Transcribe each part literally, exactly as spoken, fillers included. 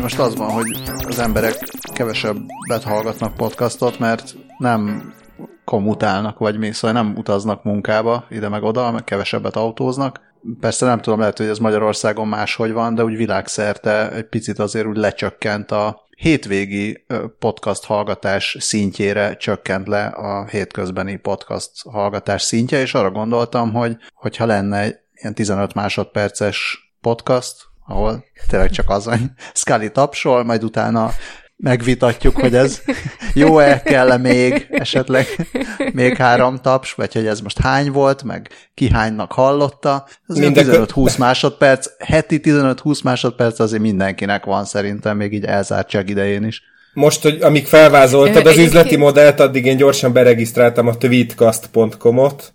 most az van, hogy az emberek kevesebbet hallgatnak podcastot, mert nem kommutálnak, vagy mi, szóval nem utaznak munkába ide meg oda, meg kevesebbet autóznak. Persze nem tudom, lehet, hogy ez Magyarországon máshogy van, de úgy világszerte egy picit azért úgy lecsökkent a hétvégi podcast hallgatás szintjére csökkent le a hétközbeni podcast hallgatás szintje, és arra gondoltam, hogy hogyha lenne egy ilyen tizenöt másodperces podcast, ahol tényleg csak az, hogy Scully tapsol, majd utána megvitatjuk, hogy ez jó-e, kell-e még esetleg még három taps, vagy hogy ez most hány volt, meg ki hánynak hallotta. Ez tizenöt-húsz másodperc, heti tizenöt-húsz másodperc azért mindenkinek van szerintem, még így elzártság idején is. Most, hogy amíg felvázoltad az üzleti modellt, addig én gyorsan beregisztráltam a tweetcast pont com-ot,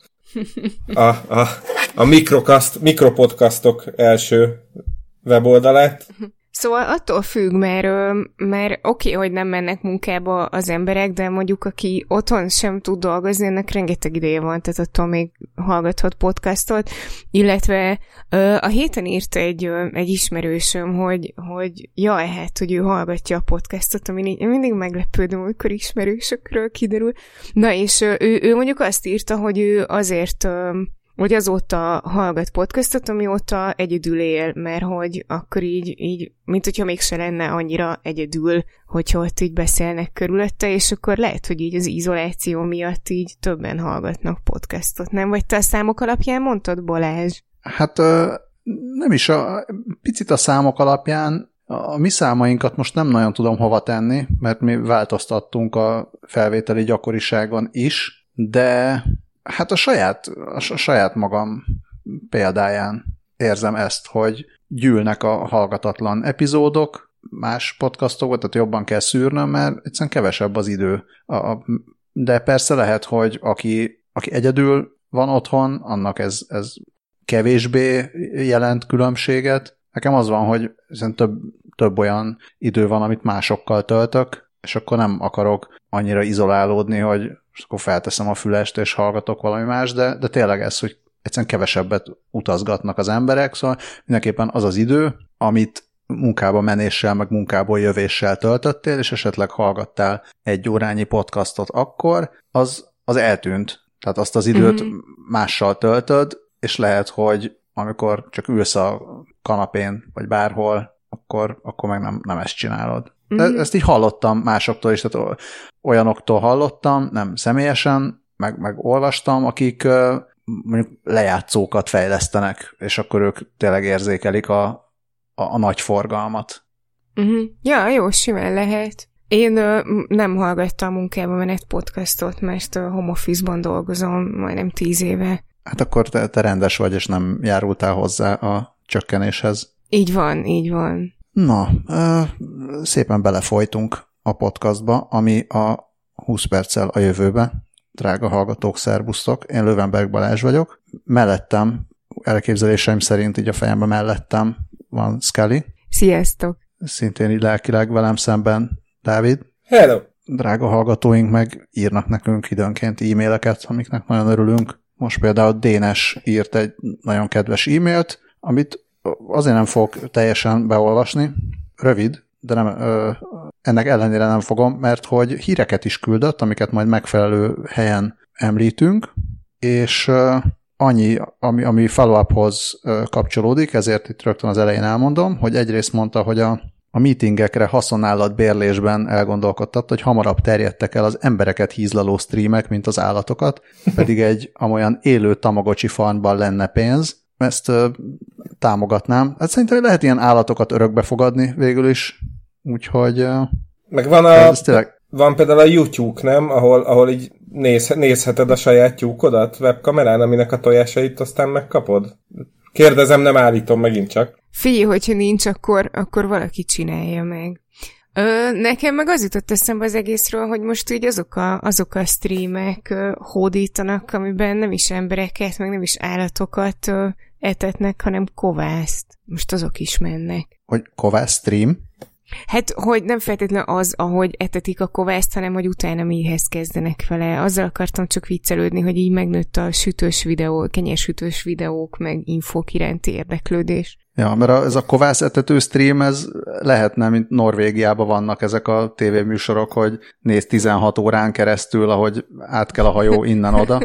a, a, a mikrocast, mikropodcastok első weboldalát. Szóval attól függ, mert, mert oké, okay, hogy nem mennek munkába az emberek, de mondjuk aki otthon sem tud dolgozni, ennek rengeteg ideje van, tehát attól még hallgathat podcastot, illetve a héten írt egy, egy ismerősöm, hogy, hogy jaj, hát, hogy ő hallgatja a podcastot, amin én mindig meglepődöm, amikor ismerősökről kiderül. Na, és ő, ő mondjuk azt írta, hogy ő azért... hogy azóta hallgat podcastot, amióta egyedül él, mert hogy akkor így, így mint hogyha mégse lenne annyira egyedül, hogyha ott így beszélnek körülötte, és akkor lehet, hogy így az izoláció miatt így többen hallgatnak podcastot, nem? Vagy te a számok alapján mondtad, Balázs? Hát nem is, a, picit a számok alapján. A mi számainkat most nem nagyon tudom hova tenni, mert mi változtattunk a felvételi gyakoriságon is, de... Hát a saját, a saját magam példáján érzem ezt, hogy gyűlnek a hallgatatlan epizódok más podcastokban, tehát jobban kell szűrnöm, mert egyszerűen kevesebb az idő. A, de persze lehet, hogy aki, aki egyedül van otthon, annak ez, ez kevésbé jelent különbséget. Nekem az van, hogy több, több olyan idő van, amit másokkal töltök, és akkor nem akarok annyira izolálódni, hogy akkor felteszem a fülest, és hallgatok valami más, de, de tényleg ez, hogy egyszerűen kevesebbet utazgatnak az emberek, szóval mindenképpen az az idő, amit munkába menéssel, meg munkából jövéssel töltöttél, és esetleg hallgattál egy órányi podcastot akkor, az, az eltűnt. Tehát azt az időt mm-hmm. mással töltöd, és lehet, hogy amikor csak ülsz a kanapén, vagy bárhol, akkor, akkor meg nem, nem ezt csinálod. De ezt így hallottam másoktól is, tehát olyanoktól hallottam, nem személyesen, meg, meg olvastam, akik mondjuk lejátszókat fejlesztenek, és akkor ők tényleg érzékelik a, a, a nagy forgalmat. Uh-huh. Ja, jó, simán lehet. Én ö, nem hallgattam munkába menet podcastot, mert ö, home office-ban dolgozom majdnem tíz éve. Hát akkor te, te rendes vagy, és nem járultál hozzá a csökkenéshez. Így van, így van. Na, szépen belefolytunk a podcastba, ami a húsz perccel a jövőbe. Drága hallgatók, szerbusztok, én Löwenberg Balázs vagyok. Mellettem, elképzeléseim szerint így a fejemben mellettem van Scully. Sziasztok! Szintén így lelkileg velem szemben Dávid. Hello! Drága hallgatóink meg írnak nekünk időnként e-maileket, amiknek nagyon örülünk. Most például Dénes írt egy nagyon kedves e-mailt, amit azért nem fogok teljesen beolvasni, rövid, de nem, ö, ennek ellenére nem fogom, mert hogy híreket is küldött, amiket majd megfelelő helyen említünk, és ö, annyi, ami, ami follow-uphoz ö, kapcsolódik, ezért itt rögtön az elején elmondom, hogy egyrészt mondta, hogy a, a meetingekre haszonállat bérlésben elgondolkodtatta, hogy hamarabb terjedtek el az embereket hízlaló streamek, mint az állatokat, pedig egy amolyan élő Tamagotchi farmban lenne pénz. Ezt ö, támogatnám. Hát szerintem lehet ilyen állatokat örökbe fogadni végül is, úgyhogy... Ö, Meg van a... Tényleg... Van például a YouTube, nem? Ahol, ahol így néz, nézheted a saját tyúkodat webkamerán, aminek a tojásait aztán megkapod? Kérdezem, nem állítom megint csak. Figyelj, hogyha nincs, akkor, akkor valaki csinálja meg. Ö, nekem meg az jutott eszembe az egészről, hogy most így azok a, azok a streamek ö, hódítanak, amiben nem is embereket, meg nem is állatokat ö, etetnek, hanem kovászt. Most azok is mennek. Hogy kovász stream? Hát, hogy nem feltétlenül az, ahogy etetik a kovászt, hanem hogy utána mihez kezdenek vele. Azzal akartam csak viccelődni, hogy így megnőtt a sütős videó, kenyérsütős videók, meg infók iránti érdeklődés. Ja, mert a, ez a kovászetető stream, ez lehetne, mint Norvégiában vannak ezek a tévéműsorok, hogy néz tizenhat órán keresztül, ahogy át kell a hajó innen-oda.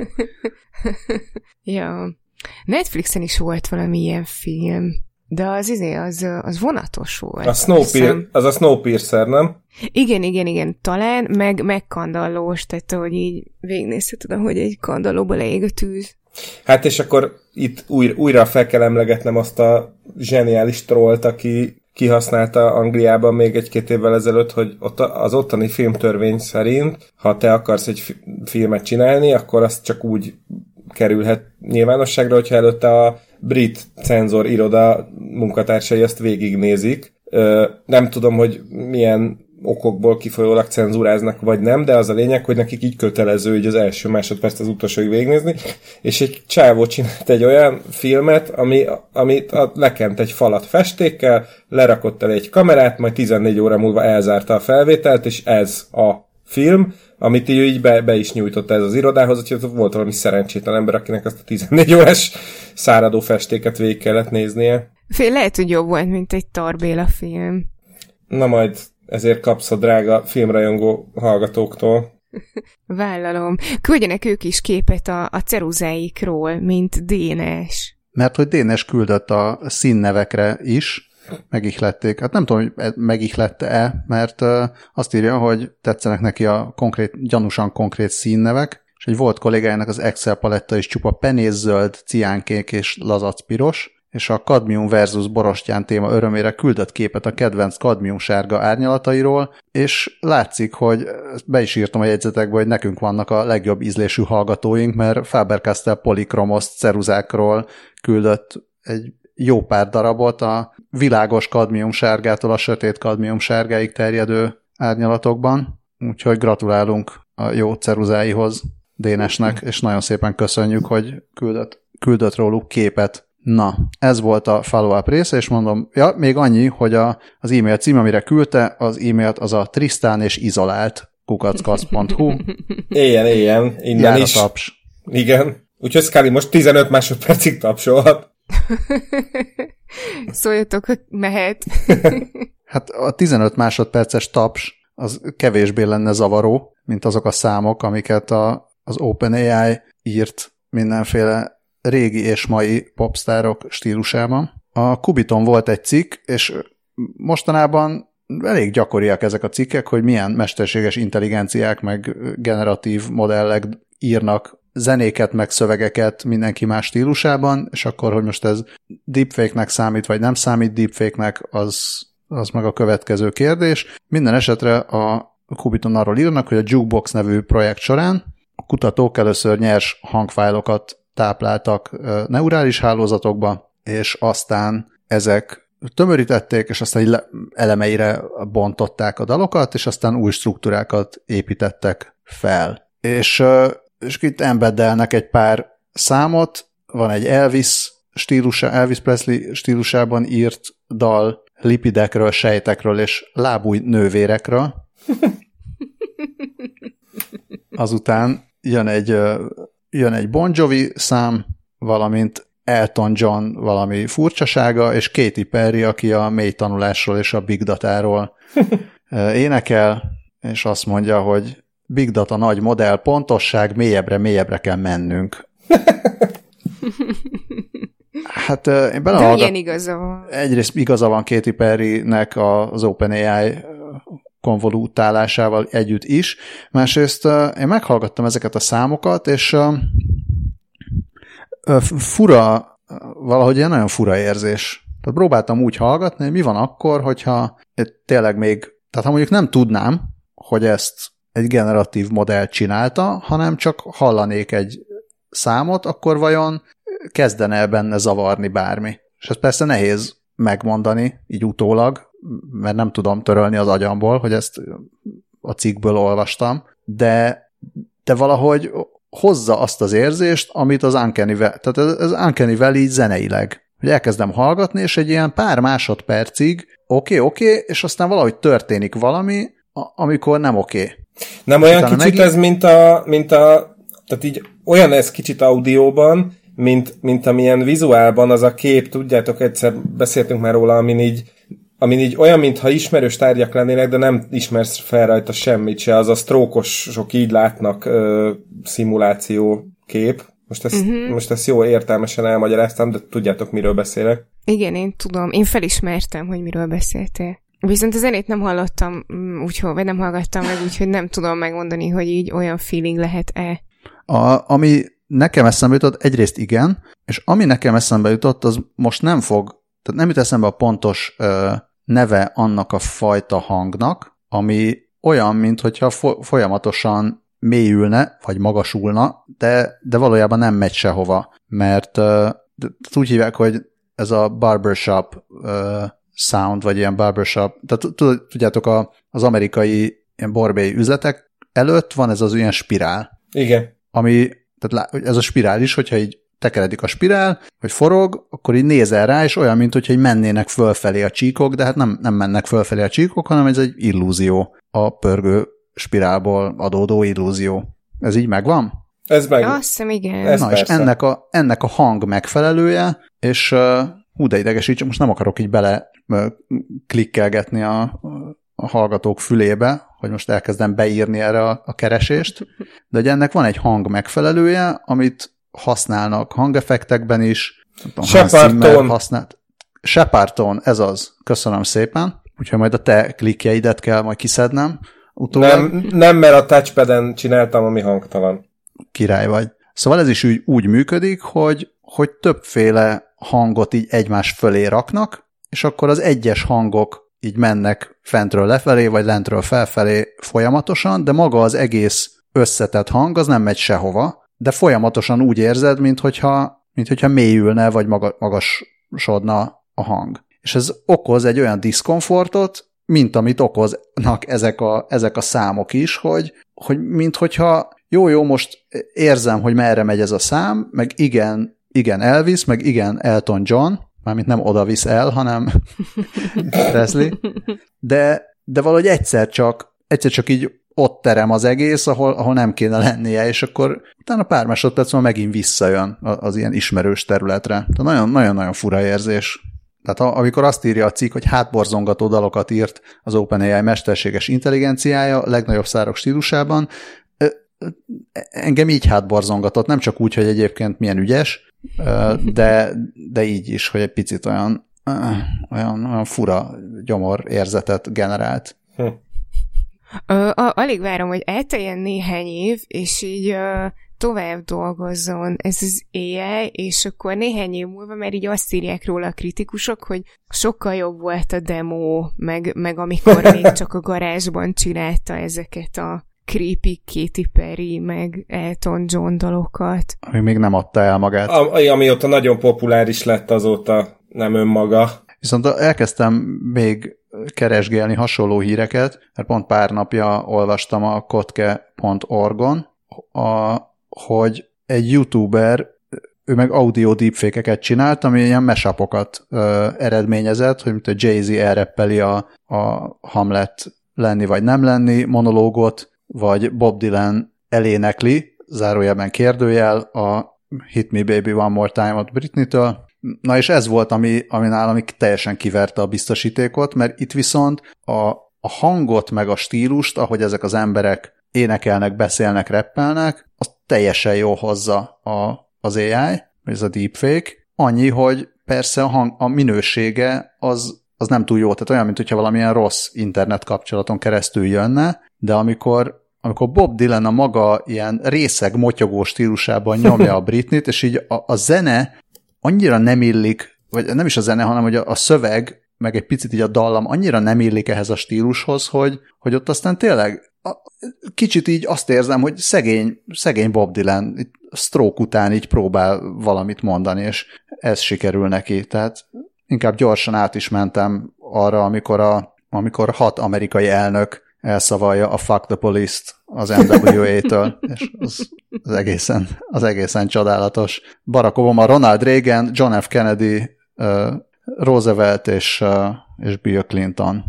Ja. Netflixen is volt valami ilyen film, de az izé, az, az vonatos volt. A Snowpiercer, az a Snowpiercer, nem? Igen, igen, igen, talán, meg, meg kandallós, tehát hogy így végignézheted, ahogy egy kandallóba leég a tűz. Hát és akkor itt újra, újra fel kell emlegetnem azt a zseniális trollt, aki kihasználta Angliában még egy-két évvel ezelőtt, hogy ott az ottani filmtörvény szerint, ha te akarsz egy fi- filmet csinálni, akkor azt csak úgy kerülhet nyilvánosságra, hogyha előtte a brit cenzor iroda munkatársai azt végignézik. Nem tudom, hogy milyen okokból kifolyólag cenzúráznak, vagy nem, de az a lényeg, hogy nekik így kötelező így az első másodperc az utolsóig végignézni, és egy csávó csinált egy olyan filmet, ami, amit a, lekent egy falat festékkel, lerakott el egy kamerát, majd tizennégy óra múlva elzárta a felvételt, és ez a film, amit így be, be is nyújtotta ez az irodához, úgyhogy volt valami szerencsétlen ember, akinek azt a tizennégy órás száradó festéket végig kellett néznie. Fél lehet, hogy jobb volt, mint egy Tar Béla film. Na majd ezért kapsz a drága filmrajongó hallgatóktól. Vállalom. Küldjenek ők is képet a, a ceruzáikról, mint Dénes. Mert hogy Dénes küldött a színnevekre is, megihlették. Hát nem tudom, hogy megihlette-e, mert azt írja, hogy tetszenek neki a konkrét, gyanúsan konkrét színnevek, és egy volt kollégájának az Excel paletta is csupa penészöld, ciánkék és lazacpiros, és a kadmium versus borostyán téma örömére küldött képet a kedvenc kadmium sárga árnyalatairól, és látszik, hogy be is írtam a jegyzetekbe, hogy nekünk vannak a legjobb ízlésű hallgatóink, mert Faber-Castell polikromos ceruzákról küldött egy jó pár darabot a világos kadmium sárgától a sötét kadmium sárgáig terjedő árnyalatokban, úgyhogy gratulálunk a jó ceruzáihoz Dénesnek, és nagyon szépen köszönjük, hogy küldött, küldött róluk képet. Na, ez volt a follow-up része, és mondom, ja, még annyi, hogy a, az e-mail cím, amire küldte, az e-mailt az a Trisztán és izolált kukackasz pont hu. Éljen, éljen, innen Jár is. A taps. Igen. Úgyhogy Scully most tizenöt másodpercig tapsolhat. Szóljatok, hogy mehet. Hát a tizenöt másodperces taps az kevésbé lenne zavaró, mint azok a számok, amiket a, az OpenAI írt mindenféle régi és mai popstárok stílusában. A Kubiton volt egy cikk, és mostanában elég gyakoriak ezek a cikkek, hogy milyen mesterséges intelligenciák meg generatív modellek írnak zenéket, meg szövegeket mindenki más stílusában, és akkor, hogy most ez deepfake-nek számít, vagy nem számít deepfake-nek, az, az meg a következő kérdés. Minden esetre a Kubiton arról írnak, hogy a Jukebox nevű projekt során a kutatók először nyers hangfájlokat tápláltak neurális hálózatokba, és aztán ezek tömörítették, és aztán elemeire bontották a dalokat, és aztán új struktúrákat építettek fel. És, és itt embeddelnek egy pár számot, van egy Elvis stílusa, Elvis Presley stílusában írt dal lipidekről, sejtekről és lábúj nővérekről. Azután jön egy jön egy Bon Jovi szám, valamint Elton John valami furcsasága, és Katy Perry, aki a mély tanulásról és a big datáról énekel, és azt mondja, hogy big data nagy modell, pontosság, mélyebbre, mélyebbre kell mennünk. Hát én belehallgat... De ilyen igaza van. Egyrészt igaza van Katy Perrynek az OpenAI konvolutálásával együtt is. Másrészt én meghallgattam ezeket a számokat, és fura, valahogy ilyen nagyon fura érzés. Tehát próbáltam úgy hallgatni, hogy mi van akkor, hogyha tényleg még, tehát ha mondjuk nem tudnám, hogy ezt egy generatív modell csinálta, hanem csak hallanék egy számot, akkor vajon kezdene el benne zavarni bármi. És ez persze nehéz megmondani, így utólag, mert nem tudom törölni az agyamból, hogy ezt a cikkből olvastam, de, de valahogy hozza azt az érzést, amit az Uncanny Valley, tehát az Uncanny Valley zeneileg. Hogy elkezdem hallgatni, és egy ilyen pár másodpercig oké, okay, oké, okay, és aztán valahogy történik valami, amikor nem oké. Okay. Nem olyan Utána kicsit megint... ez, mint a, mint a, tehát így olyan ez kicsit audióban, mint, mint amilyen vizuálban az a kép, tudjátok, egyszer beszéltünk már róla, amin így, amin így olyan, mintha ismerős tárgyak lennének, de nem ismersz fel rajta semmit se, az a sztrókosok így látnak ö, szimuláció kép. Most ezt, uh-huh. most ezt jó értelmesen elmagyaráztam, de tudjátok, miről beszélek. Igen, én tudom. Én felismertem, hogy miről beszéltél. Viszont a zenét nem hallottam, úgyhogy, vagy nem hallgattam meg, úgyhogy nem tudom megmondani, hogy így olyan feeling lehet-e. A, ami nekem eszembe jutott, egyrészt igen, és ami nekem eszembe jutott, az most nem fog, tehát nem jut eszembe a pontos ö, neve annak a fajta hangnak, ami olyan, mintha fo- folyamatosan mélyülne, vagy magasulna, de, de valójában nem megy sehova, mert ö, úgy hívják, hogy ez a barbershop ö, sound, vagy ilyen barbershop, tehát tudjátok, a, az amerikai ilyen borbély üzletek előtt van ez az ilyen spirál. Igen. Ami, tehát ez a spirál is, hogyha így tekeredik a spirál, vagy forog, akkor így nézel rá, és olyan, mint hogyha így mennének fölfelé a csíkok, de hát nem, nem mennek fölfelé a csíkok, hanem ez egy illúzió, a pörgő spirálból adódó illúzió. Ez így megvan? Ez meg. Azt hiszem, igen. Ez Na, és ennek a, ennek a hang megfelelője, és uh, hú, de idegesíts, most nem akarok így bele uh, klikkelgetni a, a hallgatók fülébe, hogy most elkezdem beírni erre a, a keresést, de hogy ennek van egy hang megfelelője, amit használnak hangeffektekben is. Shepard Tone. Használt. Shepard Tone, ez az. Köszönöm szépen. Úgyhogy majd a te klikjeidet kell majd kiszednem. Utólag. Nem, nem, mert a touchpaden csináltam, ami hangtalan. Király vagy. Szóval ez is úgy, úgy működik, hogy, hogy többféle hangot így egymás fölé raknak, és akkor az egyes hangok így mennek fentről lefelé, vagy lentről felfelé folyamatosan, de maga az egész összetett hang, az nem megy sehova, de folyamatosan úgy érzed, minthogyha, minthogyha mélyülne, vagy maga, magasodna a hang. És ez okoz egy olyan diszkomfortot, mint amit okoznak ezek a, ezek a számok is, hogy, hogy minthogyha jó-jó, most érzem, hogy merre megy ez a szám, meg igen, igen Elvis, meg igen Elton John, mármint nem oda visz el, hanem Presley, de, de valahogy egyszer csak, egyszer csak így ott terem az egész, ahol, ahol nem kéne lennie, és akkor utána pár másodperc van megint visszajön az ilyen ismerős területre. Tehát nagyon-nagyon fura érzés. Tehát amikor azt írja a cikk, hogy hátborzongató dalokat írt az OpenAI mesterséges intelligenciája a legnagyobb szárok stílusában, engem így hátborzongatott, nem csak úgy, hogy egyébként milyen ügyes, de, de így is, hogy egy picit olyan, olyan, olyan fura gyomor érzetet generált. Hm. Ö, alig várom, hogy elteljen néhány év, és így ö, tovább dolgozzon ez az á i, és akkor néhány év múlva már így azt írják róla a kritikusok, hogy sokkal jobb volt a demo, meg, meg amikor még csak a garázsban csinálta ezeket a creepy Katy Perry, meg Elton John dalokat. Ami még nem adta el magát. A, amióta nagyon populáris lett, azóta nem önmaga. Viszont elkezdtem még keresgélni hasonló híreket, mert pont pár napja olvastam a kotke pont org-on, a, hogy egy youtuber, ő meg audio deepfake-eket csinált, ami ilyen mashupokat ö, eredményezett, hogy mint a Jay-Z elreppeli a, a Hamlet lenni vagy nem lenni monológot, vagy Bob Dylan elénekli, zárójelben kérdőjel, a Hit Me Baby One More Time-ot Britney-től. Na és ez volt, ami, ami nálam teljesen kiverte a biztosítékot, mert itt viszont a, a hangot meg a stílust, ahogy ezek az emberek énekelnek, beszélnek, rappelnek, az teljesen jól hozza a, az á i, vagy ez a deepfake. Annyi, hogy persze a, hang, a minősége az, az nem túl jó, tehát olyan, mint hogyha valamilyen rossz internet kapcsolaton keresztül jönne, de amikor amikor Bob Dylan a maga ilyen részeg, motyogó stílusában nyomja a Britneyt, és így a, a zene annyira nem illik, vagy nem is a zene, hanem hogy a, a szöveg, meg egy picit így a dallam annyira nem illik ehhez a stílushoz, hogy, hogy ott aztán tényleg a, kicsit így azt érzem, hogy szegény, szegény Bob Dylan itt stroke után így próbál valamit mondani, és ez sikerül neki. Tehát inkább gyorsan át is mentem arra, amikor, a, amikor hat amerikai elnök elszavalja a Fuck the Police-t az en dupla vé á-től, és az, az, egészen, az egészen csodálatos. Barack Obama, Ronald Reagan, John F. Kennedy, uh, Roosevelt és, uh, és Bill Clinton.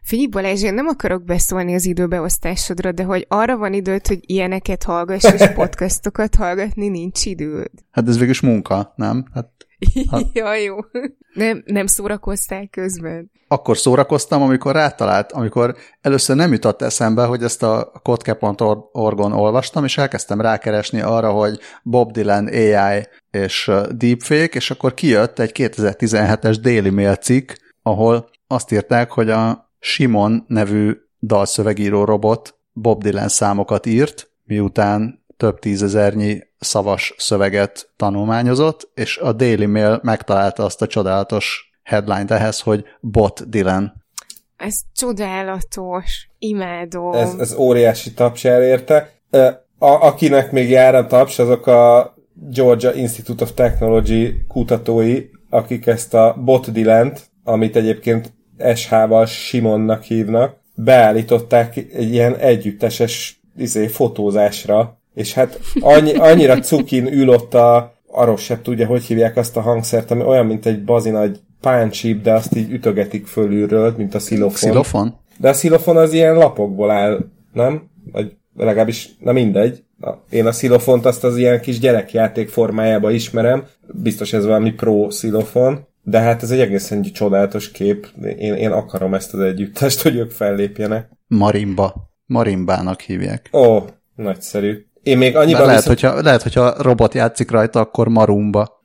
Figyelj Balázs, én nem akarok beszólni az időbeosztásodra, de hogy arra van időd, hogy ilyeneket hallgass, és podcastokat hallgatni, nincs időd. Hát ez végülis munka, nem? Hát, ha... ja, jó. Nem, nem szórakoztál közben? Akkor szórakoztam, amikor rátalált, amikor először nem jutott eszembe, hogy ezt a kotka pont org-on olvastam, és elkezdtem rákeresni arra, hogy Bob Dylan á i és deepfake, és akkor kijött egy kétezer-tizenhetes Daily Mail cikk, ahol azt írták, hogy a Simon nevű dalszövegíró robot Bob Dylan számokat írt, miután több tízezernyi szavas szöveget tanulmányozott, és a Daily Mail megtalálta azt a csodálatos headline-t ehhez, hogy Bot Dylan. Ez csodálatos, imádom. Ez, ez óriási taps elérte. A, akinek még jár a taps, azok a Georgia Institute of Technology kutatói, akik ezt a Bot Dylant, amit egyébként es há-val Simonnak hívnak, beállították egy ilyen együtteses izé, fotózásra, és hát annyi, annyira cukin ül ott a, arról sem tudja, hogy hívják azt a hangszert, ami olyan, mint egy bazinagy páncsíp, de azt így ütögetik fölülről, mint a xilofon. Xilofon? De a xilofon az ilyen lapokból áll, nem? Vagy legalábbis, na mindegy. Én a xilofont azt az ilyen kis gyerekjáték formájába ismerem, biztos ez valami pro xilofon, de hát ez egy egészen csodálatos kép. Én, én akarom ezt az együttest, hogy ők fellépjenek. Marimba. Marimbának hívják. Ó, nagyszerű. Én még annyiban lehet, viszont... hogyha, lehet, hogyha robot játszik rajta, akkor Marumba.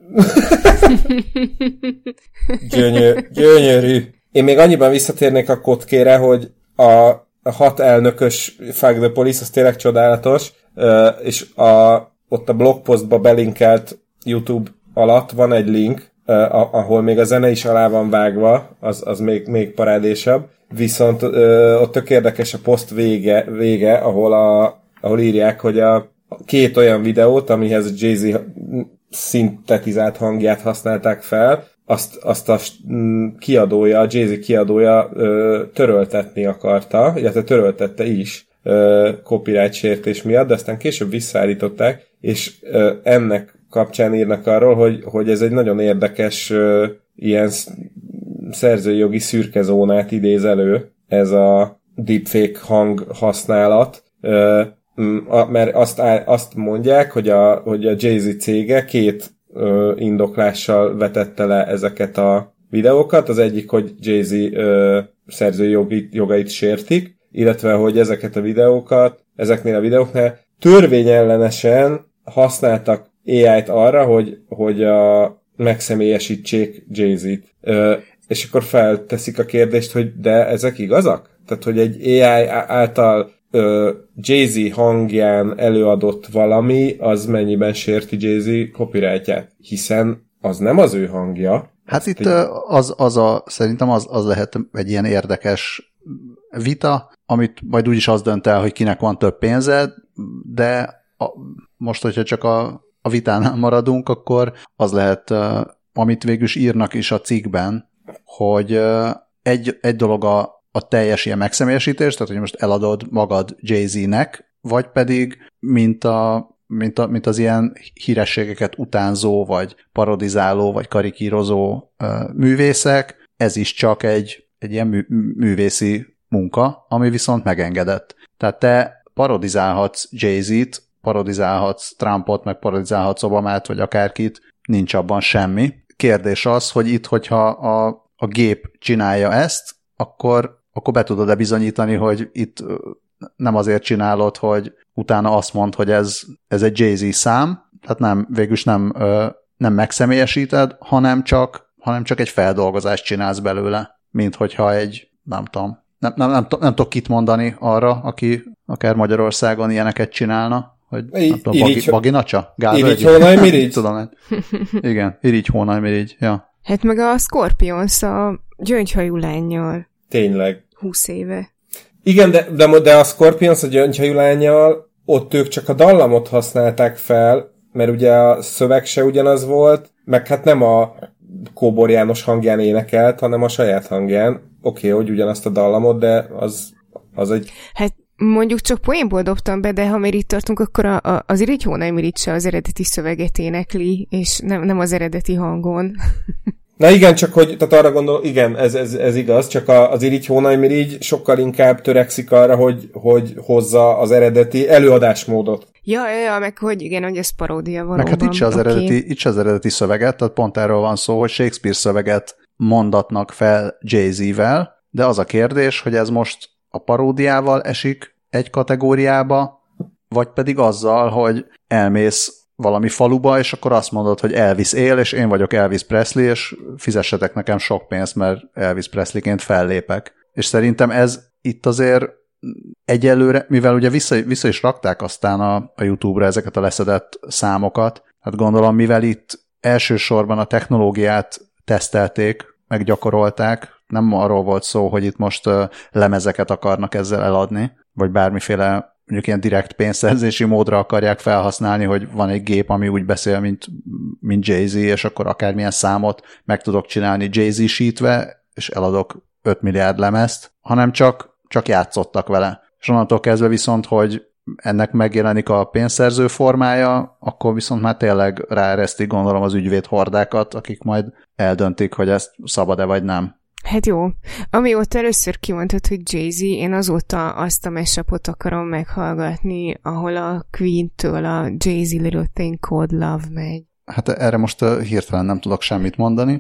Gyönyör, gyönyörű. Én még annyiban visszatérnék a kotkére, hogy a, a hat elnökös Fuck the Police, az tényleg csodálatos, és a, ott a blogpostba belinkelt YouTube alatt van egy link, ahol még a zene is alá van vágva, az, az még, még parádésabb. Viszont ott tök érdekes a poszt vége, vége ahol, a, ahol írják, hogy a két olyan videót, amihez a Jay-Z szintetizált hangját használták fel, azt, azt a kiadója, a Jay-Z kiadója töröltetni akarta, illetve töröltette is copyright sértés miatt, de aztán később visszaállították, és ennek kapcsán írnak arról, hogy, hogy ez egy nagyon érdekes ilyen szerzőjogi szürke zónát idéz elő, ez a deepfake hang használat, mert azt, azt mondják, hogy a, hogy a Jay-Z cége két ö, indoklással vetette le ezeket a videókat. Az egyik, hogy Jay-Z ö, szerzői jogi, jogait sértik, illetve, hogy ezeket a videókat, ezeknél a videóknál törvényellenesen használtak á í-t arra, hogy, hogy a, megszemélyesítsék Jay-Z-t. Ö, és akkor felteszik a kérdést, hogy de ezek igazak? Tehát, hogy egy á í által ö, Jay-Z hangján előadott valami, az mennyiben sérti Jay-Z copyrightját? Hiszen az nem az ő hangja. Hát itt az, az a, szerintem az, az lehet egy ilyen érdekes vita, amit majd úgyis az dönt el, hogy kinek van több pénze, de a, most, hogyha csak a, a vitánál maradunk, akkor az lehet, amit végülis írnak is a cikkben, hogy egy, egy dolog a a teljes ilyen megszemélyesítés, tehát hogy most eladod magad Jay-Z-nek, vagy pedig mint, a, mint, a, mint az ilyen hírességeket utánzó, vagy parodizáló, vagy karikírozó uh, művészek, ez is csak egy, egy ilyen mű, művészi munka, ami viszont megengedett. Tehát te parodizálhatsz Jay-Z-t, parodizálhatsz Trumpot, meg parodizálhatsz Obamát, vagy akárkit, nincs abban semmi. Kérdés az, hogy itt, hogyha a, a gép csinálja ezt, akkor akkor be tudod-e bizonyítani, hogy itt nem azért csinálod, hogy utána azt mondd, hogy ez, ez egy Jay-Z szám, tehát nem, végülis nem, nem megszemélyesíted, hanem csak, hanem csak egy feldolgozást csinálsz belőle, mint hogyha egy, nem tudom, nem, nem, nem, nem, nem tudok kit mondani arra, aki akár Magyarországon ilyeneket csinálna, hogy I, nem tudom, Bagi, Baginacsa? Irigy Hónaj Mirigy? Tudom, igen, Irigy Hónaj Mirigy, ja. Hát meg a Scorpions a gyöngyhajú lánnyal. Tényleg. húsz éve. Igen, de, de, de a Scorpions a gyöngyhajú lánnyal, ott ők csak a dallamot használták fel, mert ugye a szöveg se ugyanaz volt, meg hát nem a Kóbor János hangján énekelt, hanem a saját hangján. Oké, okay, hogy ugyanazt a dallamot, de az, az egy... Hát mondjuk csak poénból dobtam be, de ha már itt tartunk, akkor a, a, az Irigy Hónaj Mirigy se az eredeti szöveget énekli, és nem, nem az eredeti hangon. Na igen, csak hogy, tehát arra gondol, igen, ez, ez, ez igaz, csak a, az Irigy Hónajmirigy sokkal inkább törekszik arra, hogy, hogy hozza az eredeti előadásmódot. Ja, ja, ja, meg hogy igen, hogy ez paródia valóban. Meg hát itt se az, okay. eredeti, itt se az eredeti szöveget, tehát pont erről van szó, hogy Shakespeare szöveget mondatnak fel Jay-Z-vel, de az a kérdés, hogy ez most a paródiával esik egy kategóriába, vagy pedig azzal, hogy elmész valami faluba, és akkor azt mondod, hogy Elvis él, és én vagyok Elvis Presley, és fizessetek nekem sok pénzt, mert Elvis Presleyként fellépek. És szerintem ez itt azért egyelőre, mivel ugye vissza, vissza is rakták aztán a, a YouTube-ra ezeket a leszedett számokat, hát gondolom, mivel itt elsősorban a technológiát tesztelték, meggyakorolták, nem arról volt szó, hogy itt most uh, lemezeket akarnak ezzel eladni, vagy bármiféle mondjuk ilyen direkt pénzszerzési módra akarják felhasználni, hogy van egy gép, ami úgy beszél, mint, mint Jay-Z, és akkor akármilyen számot meg tudok csinálni Jay-Z-sítve, és eladok öt milliárd lemezt, hanem csak, csak játszottak vele. És onnantól kezdve viszont, hogy ennek megjelenik a pénzszerző formája, akkor viszont már tényleg ráeresztik, gondolom, az ügyvéd hordákat, akik majd eldöntik, hogy ezt szabad-e vagy nem. Hát jó. Amióta először kimondtad, hogy Jay-Z, én azóta azt a mashup-ot akarom meghallgatni, ahol a Queen-től a Jay-Z Little Thing Called Love megy. Hát erre most uh, hirtelen nem tudok semmit mondani.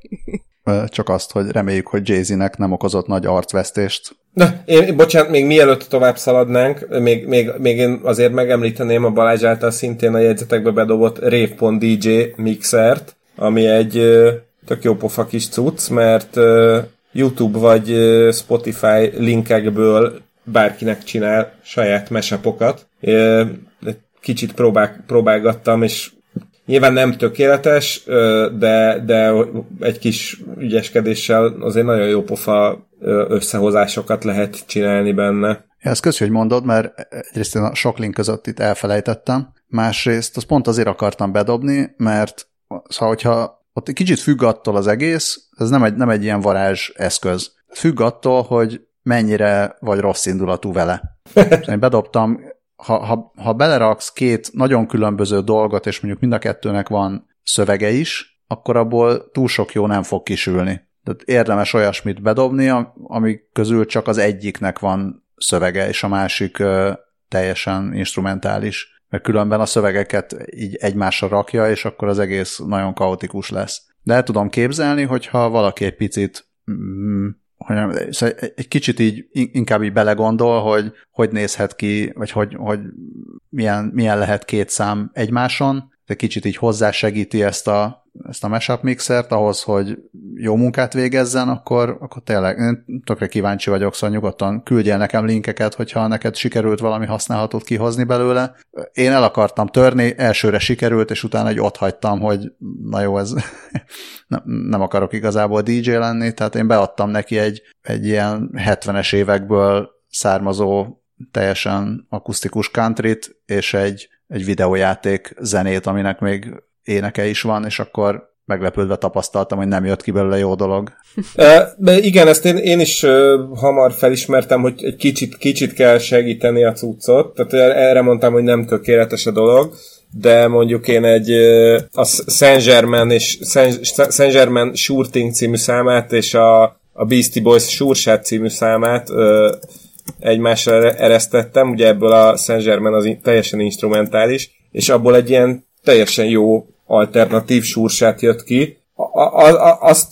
uh, csak azt, hogy reméljük, hogy Jay-Z-nek nem okozott nagy arcvesztést. Na, én, bocsánat, még mielőtt tovább szaladnánk, még, még, még én azért megemlíteném a Balázs által szintén a jegyzetekbe bedobott rave pont d j mixert, ami egy uh, tök jó pofa kis cucc, mert uh, YouTube vagy uh, Spotify linkekből bárkinek csinál saját mashupokat. Uh, kicsit próbál, próbálgattam, és nyilván nem tökéletes, uh, de, de egy kis ügyeskedéssel azért nagyon jó pofa uh, összehozásokat lehet csinálni benne. Ja, ezt köszi, hogy mondod, mert egyrészt én a sok link között itt elfelejtettem, másrészt azt pont azért akartam bedobni, mert szóval, hogyha ott egy kicsit függ attól az egész, ez nem egy, nem egy ilyen varázs eszköz. Függ attól, hogy mennyire vagy rossz indulatú vele. Én bedobtam, ha, ha, ha beleraksz két nagyon különböző dolgot, és mondjuk mind a kettőnek van szövege is, akkor abból túl sok jó nem fog kisülni. Tehát érdemes olyasmit bedobni, ami közül csak az egyiknek van szövege, és a másik ö, teljesen instrumentális. Mert különben a szövegeket így egymásra rakja, és akkor az egész nagyon kaotikus lesz. De el tudom képzelni, hogyha valaki egy picit, mm, hogy nem, egy kicsit így inkább így belegondol, hogy hogy nézhet ki, vagy hogy, hogy milyen, milyen lehet két szám egymáson, de kicsit így hozzásegíti ezt a, ezt a mashup mixert ahhoz, hogy jó munkát végezzen, akkor, akkor tényleg én tökre kíváncsi vagyok, szóval nyugodtan küldjél nekem linkeket, hogyha neked sikerült valami használhatót kihozni belőle. Én el akartam törni, elsőre sikerült, és utána egy ott hagytam, hogy na jó, ez nem, nem akarok igazából dé dzsé lenni, tehát én beadtam neki egy, egy ilyen hetvenes évekből származó teljesen akusztikus countryt, és egy egy videójáték zenét, aminek még éneke is van, és akkor meglepődve tapasztaltam, hogy nem jött ki belőle jó dolog. De igen, ezt én, én is hamar felismertem, hogy egy kicsit, kicsit kell segíteni a cuccot, tehát erre mondtam, hogy nem tökéletes a dolog, de mondjuk én egy a Saint-Germain és Saint-Germain Shooting című számát, és a, a Beastie Boys Sure című számát egymásra eresztettem, ugye ebből a Saint-Germain az teljesen instrumentális, és abból egy ilyen teljesen jó alternatív súrsát jött ki. A, a, a, azt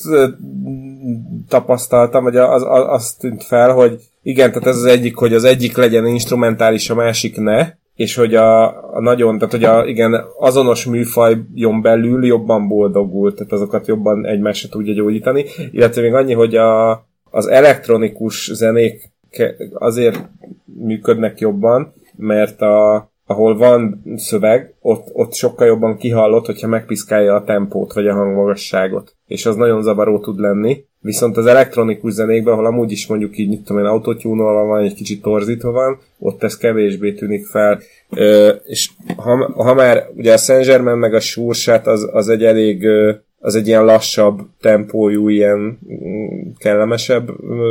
tapasztaltam, vagy az, az, azt tűnt fel, hogy igen, tehát ez az egyik, hogy az egyik legyen instrumentális, a másik ne, és hogy a, a nagyon, tehát hogy a, igen, azonos műfajon belül jobban boldogult, tehát azokat jobban egymásra tudja gyógyítani, illetve még annyi, hogy a, az elektronikus zenék azért működnek jobban, mert a, ahol van szöveg, ott, ott sokkal jobban kihallott, hogyha megpiszkálja a tempót, vagy a hangmagasságot. És az nagyon zavaró tud lenni. Viszont az elektronikus zenékben, ahol amúgy is mondjuk így, mit tudom én, autotune-olva van, egy kicsit torzítva van, ott ez kevésbé tűnik fel. Ö, és ha, ha már ugye a Saint-Germain meg a Sure az, az egy elég, az egy ilyen lassabb tempójú, ilyen kellemesebb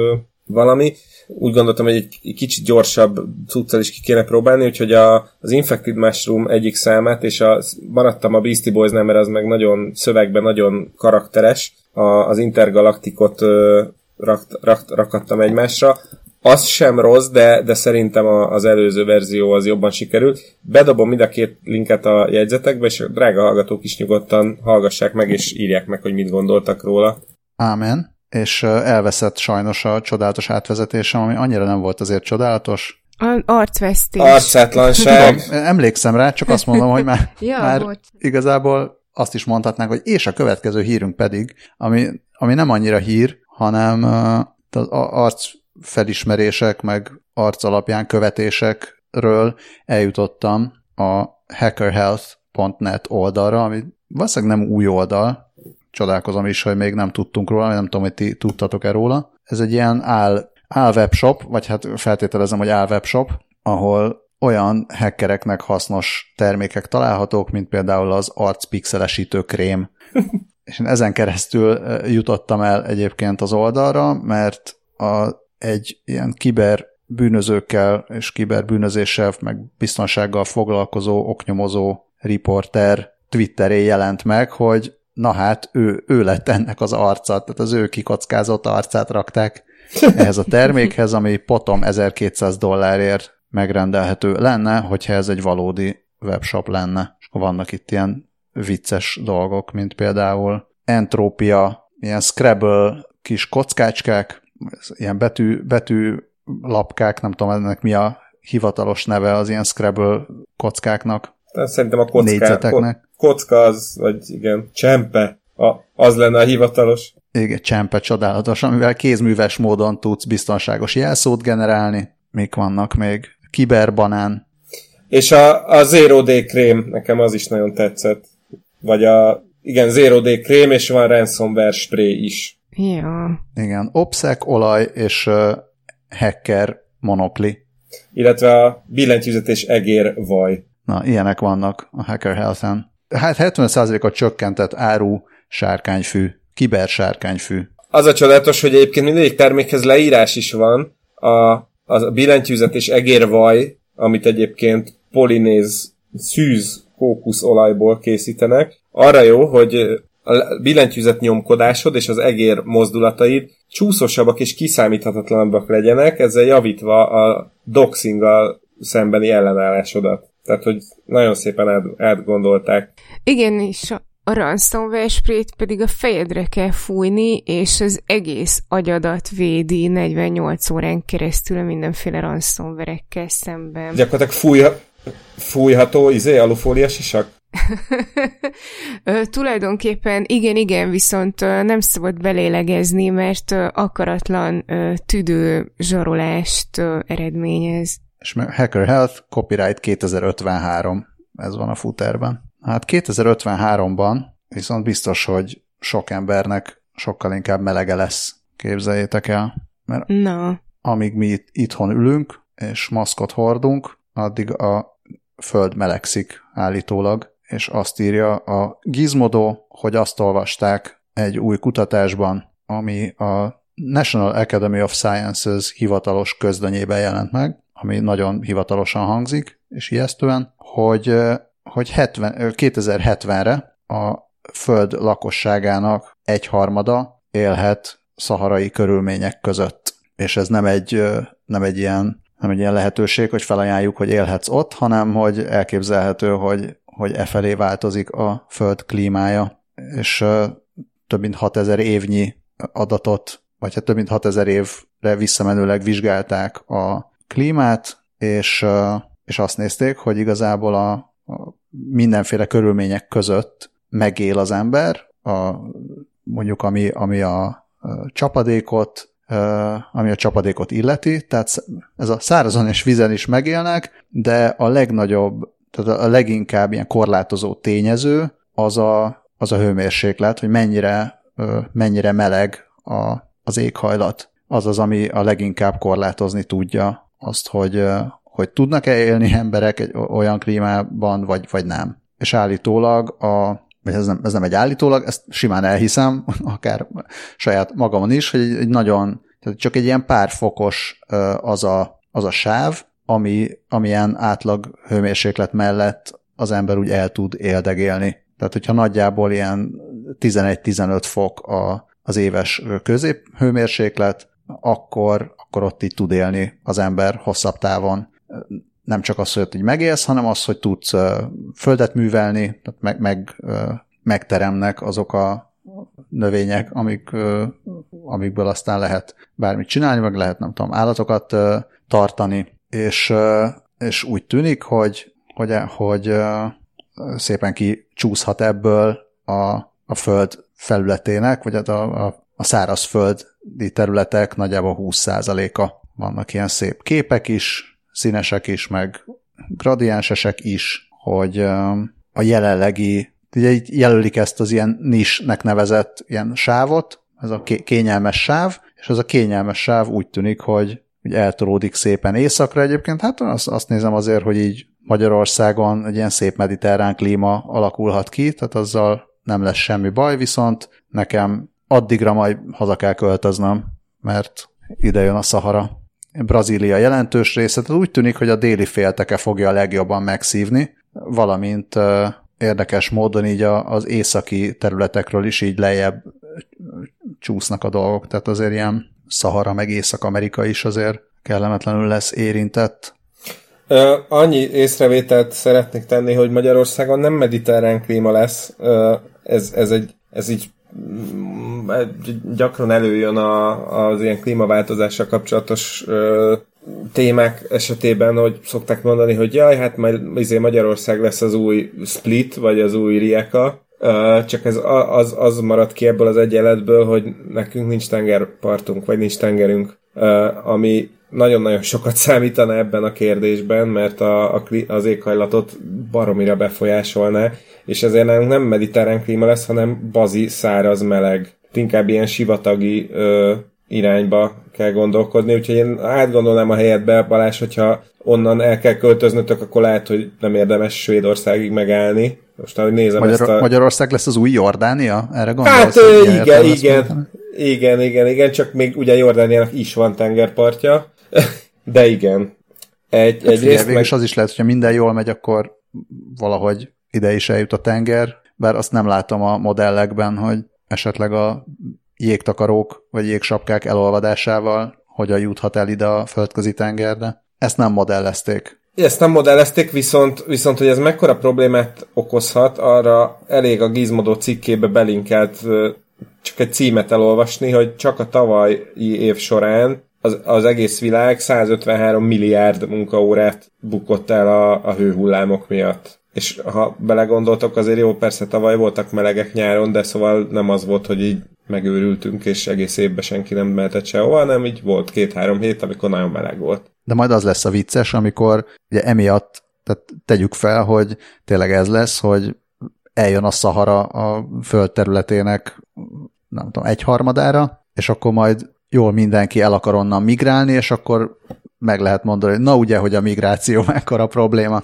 valami. Úgy gondoltam, hogy egy kicsit gyorsabb cuccal is ki kéne próbálni, úgyhogy a, az Infected Mushroom egyik számát, és a, maradtam a Beastie Boysnál, mert az meg nagyon szövegben nagyon karakteres, a, az Intergalacticot ö, rakt, rakt, rakattam egymásra. Az sem rossz, de, de szerintem a, az előző verzió az jobban sikerült. Bedobom mind a két linket a jegyzetekbe, és a drága hallgatók is nyugodtan hallgassák meg, és írják meg, hogy mit gondoltak róla. Ámen. És elveszett sajnos a csodálatos átvezetésem, ami annyira nem volt azért csodálatos. A arcvesztés. Arcátlanság. Tudom, emlékszem rá, csak azt mondom, hogy már, ja, már volt. igazából azt is mondhatnánk, hogy és a következő hírünk pedig, ami, ami nem annyira hír, hanem az arcfelismerések, meg arc alapján követésekről eljutottam a hackerhealth pont net oldalra, ami valószínűleg nem új oldal, csodálkozom is, hogy még nem tudtunk róla, nem tudom, hogy ti tudtatok-e róla. Ez egy ilyen áll, áll webshop, vagy hát feltételezem, hogy áll webshop, ahol olyan hackereknek hasznos termékek találhatók, mint például az arcpixelesítő krém. És én ezen keresztül jutottam el egyébként az oldalra, mert a, egy ilyen kiberbűnözőkkel és kiberbűnözéssel, meg biztonsággal foglalkozó, oknyomozó riporter Twitterén jelent meg, hogy na hát, ő, ő lett ennek az arca, tehát az ő kikockázott arcát rakták ehhez a termékhez, ami potom ezerkétszáz dollárért megrendelhető lenne, hogyha ez egy valódi webshop lenne. És vannak itt ilyen vicces dolgok, mint például entrópia, ilyen Scrabble kis kockácskák, ilyen betű, betű lapkák, nem tudom ennek mi a hivatalos neve az ilyen Scrabble kockáknak. Szerintem a kocká, kocka az, vagy igen, csempe, a, az lenne a hivatalos. Igen, csempe csodálatos, amivel kézműves módon tudsz biztonságos jelszót generálni. Mik vannak még? Kiberbanán. És a, a Zero Day krém, nekem az is nagyon tetszett. Vagy a, igen, Zero Day krém, és van ransomware spray is. Ja. Igen, OPSEC, olaj és uh, hacker monokli. Illetve a billentyűzetes egér vaj. Na, ilyenek vannak a Hacker Health-en. Hát hetven százalékot csökkentett áru sárkányfű, kibersárkányfű. Az a csodálatos, hogy egyébként mindegyik termékhez leírás is van. A, a billentyűzetes egérvaj, amit egyébként polinéz szűz kókuszolajból készítenek, arra jó, hogy a billentyűzet nyomkodásod és az egér mozdulataid csúszósabbak és kiszámíthatatlanabbak legyenek, ezzel javítva a doxinggal szembeni ellenállásodat. Tehát, hogy nagyon szépen át, átgondolták. Igen, és a, a ransomware sprayt pedig a fejedre kell fújni, és az egész agyadat védi negyvennyolc órán keresztül mindenféle ransomware-ekkel szemben. Gyakorlatilag fújha, fújható izé, alufólia sisak? Ö, tulajdonképpen igen, igen, viszont ö, nem szabad belélegezni, mert ö, akaratlan ö, tüdő zsarolást ö, eredményez. És Hacker Health, copyright kétezer-ötvenhárom, ez van a footerben. Hát kétezer-ötvenháromban viszont biztos, hogy sok embernek sokkal inkább melege lesz, képzeljétek el. Mert no. amíg mi itt, itthon ülünk, és maszkot hordunk, addig a föld melegszik állítólag, és azt írja a Gizmodo, hogy azt olvasták egy új kutatásban, ami a National Academy of Sciences hivatalos közlönyében jelent meg, ami nagyon hivatalosan hangzik, és ijesztően, hogy, hogy hetven, kétezer-hetvenre a föld lakosságának egyharmada élhet szaharai körülmények között. És ez nem egy, nem egy ilyen, nem egy ilyen lehetőség, hogy felajánljuk, hogy élhetsz ott, hanem hogy elképzelhető, hogy, hogy e felé változik a föld klímája. És több mint hatezer évnyi adatot, vagy hát több mint hatezer évre visszamenőleg vizsgálták a klímát, és, és azt nézték, hogy igazából a, a mindenféle körülmények között megél az ember, a, mondjuk ami, ami a, a csapadékot, ami a csapadékot illeti, tehát ez a szárazon és vízen is megélnek, de a legnagyobb, tehát a leginkább ilyen korlátozó tényező az a, az a hőmérséklet, hogy mennyire, mennyire meleg a, az éghajlat. Az az, ami a leginkább korlátozni tudja azt, hogy, hogy tudnak-e élni emberek egy olyan klímában, vagy, vagy nem. És állítólag, a, vagy ez nem, ez nem egy állítólag, ezt simán elhiszem, akár saját magamon is, hogy egy, egy nagyon, Tehát csak egy ilyen pár fokos az a, az a sáv, ami, amilyen átlag hőmérséklet mellett az ember úgy el tud éldegélni. Tehát, hogyha nagyjából ilyen tizenegy-tizenöt fok a, az éves középhőmérséklet, akkor, akkor ott így tud élni az ember hosszabb távon. Nem csak az, hogy ott így megélsz, hanem az, hogy tudsz földet művelni, tehát meg, meg, megteremnek azok a növények, amik, amikből aztán lehet bármit csinálni, meg lehet, nem tudom, állatokat tartani, és, és úgy tűnik, hogy, hogy, hogy szépen kicsúszhat ebből a, a föld felületének, vagy a, a, a szárazföldi területek nagyjából húsz százaléka. Vannak ilyen szép képek is, színesek is, meg gradiensesek is, hogy a jelenlegi, ugye így jelölik ezt az ilyen nisnek nevezett ilyen sávot, ez a kényelmes sáv, és az a kényelmes sáv úgy tűnik, hogy eltolódik szépen északra egyébként. Hát azt, azt nézem azért, hogy így Magyarországon egy ilyen szép mediterrán klíma alakulhat ki, tehát azzal nem lesz semmi baj, viszont nekem addigra majd haza kell költöznöm, mert ide jön a Szahara. Brazília jelentős része, tehát úgy tűnik, hogy a déli félteke fogja a legjobban megszívni, valamint uh, érdekes módon így a, az északi területekről is így lejjebb csúsznak a dolgok, tehát azért ilyen Szahara meg Észak-Amerika is azért kellemetlenül lesz érintett. Uh, annyi észrevételt szeretnék tenni, hogy Magyarországon nem mediterrán klíma lesz. Uh, ez, ez, egy, ez így mm, gyakran előjön a, az ilyen klímaváltozással kapcsolatos uh, témák esetében, hogy szokták mondani, hogy jaj, hát majd izé Magyarország lesz az új Split, vagy az új Rijeka. Uh, csak ez az, az marad ki ebből az egyenletből, hogy nekünk nincs tengerpartunk, vagy nincs tengerünk, uh, ami nagyon-nagyon sokat számítana ebben a kérdésben, mert a, a, az éghajlatot baromira befolyásolná, és ezért nálunk nem mediterrán klíma lesz, hanem bazi, száraz, meleg. Inkább ilyen sivatagi uh, irányba kell gondolkodni, úgyhogy én átgondolnám a helyetbe, Balázs, hogyha onnan el kell költöznötök, akkor lehet, hogy nem érdemes Svédországig megállni. Most ahogy nézem Magyar- ezt a... Magyarország lesz az új Jordánia? Erre gondolsz? Hát igen, igen, igen, igen, igen, csak még ugye Jordániának is van tengerpartja, de igen. Egy, hát egy figyelj, részt meg... az is lehet, hogyha minden jól megy, akkor valahogy ide is eljut a tenger, bár azt nem látom a modellekben, hogy esetleg a jégtakarók vagy jégsapkák elolvadásával hogyan juthat el ide a földközi tengerre. Ezt nem modellezték. Ezt nem modellezték, viszont, viszont hogy ez mekkora problémát okozhat, arra elég a Gizmodo cikkébe belinkelt csak egy címet elolvasni, hogy csak a tavalyi év során az, az egész világ százötvenhárom milliárd munkaórát bukott el a, a hőhullámok miatt. És ha belegondoltok, azért jó, persze tavaly voltak melegek nyáron, de szóval nem az volt, hogy így megőrültünk, és egész évben senki nem mehetett sehova, hanem így volt két-három hét, amikor nagyon meleg volt. De majd az lesz a vicces, amikor ugye emiatt, tehát tegyük fel, hogy tényleg ez lesz, hogy eljön a Szahara a föld területének, nem tudom, egyharmadára, és akkor majd jól mindenki el akar onnan migrálni, és akkor meg lehet mondani, hogy na ugye, hogy a migráció mekkora probléma.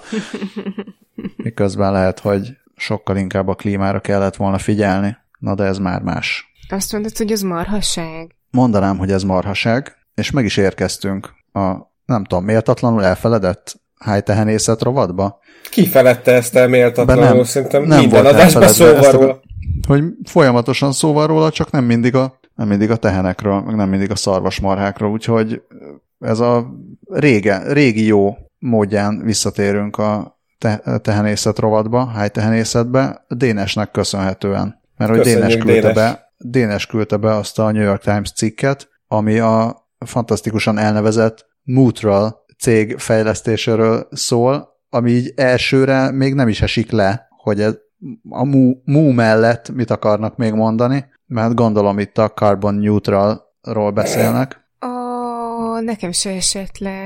Miközben lehet, hogy sokkal inkább a klímára kellett volna figyelni. Na de ez már más. Azt mondod, hogy ez marhaság? Mondanám, hogy ez marhaság, és meg is érkeztünk a, nem tudom, méltatlanul elfeledett hájtehenészet rovatba. Ki felette ezt el méltatlanul? Nem, Szerintem nem minden adásban szóval róla. Hogy folyamatosan szóval róla, csak nem mindig a, nem mindig a tehenekről, meg nem mindig a szarvasmarhákról, úgyhogy ez a rége, régi jó módján visszatérünk a te, tehenészet rovatba, hájtehenészetbe, Dénesnek köszönhetően. Mert hogy Dénes küldte, Dénes. Be, Dénes küldte be azt a New York Times cikket, ami a fantasztikusan elnevezett Mootral cég fejlesztéséről szól, ami így elsőre még nem is esik le, hogy ez a Mu, Mu mellett mit akarnak még mondani, mert gondolom itt a Carbon Neutralról beszélnek. Ó, oh, nekem se esett le.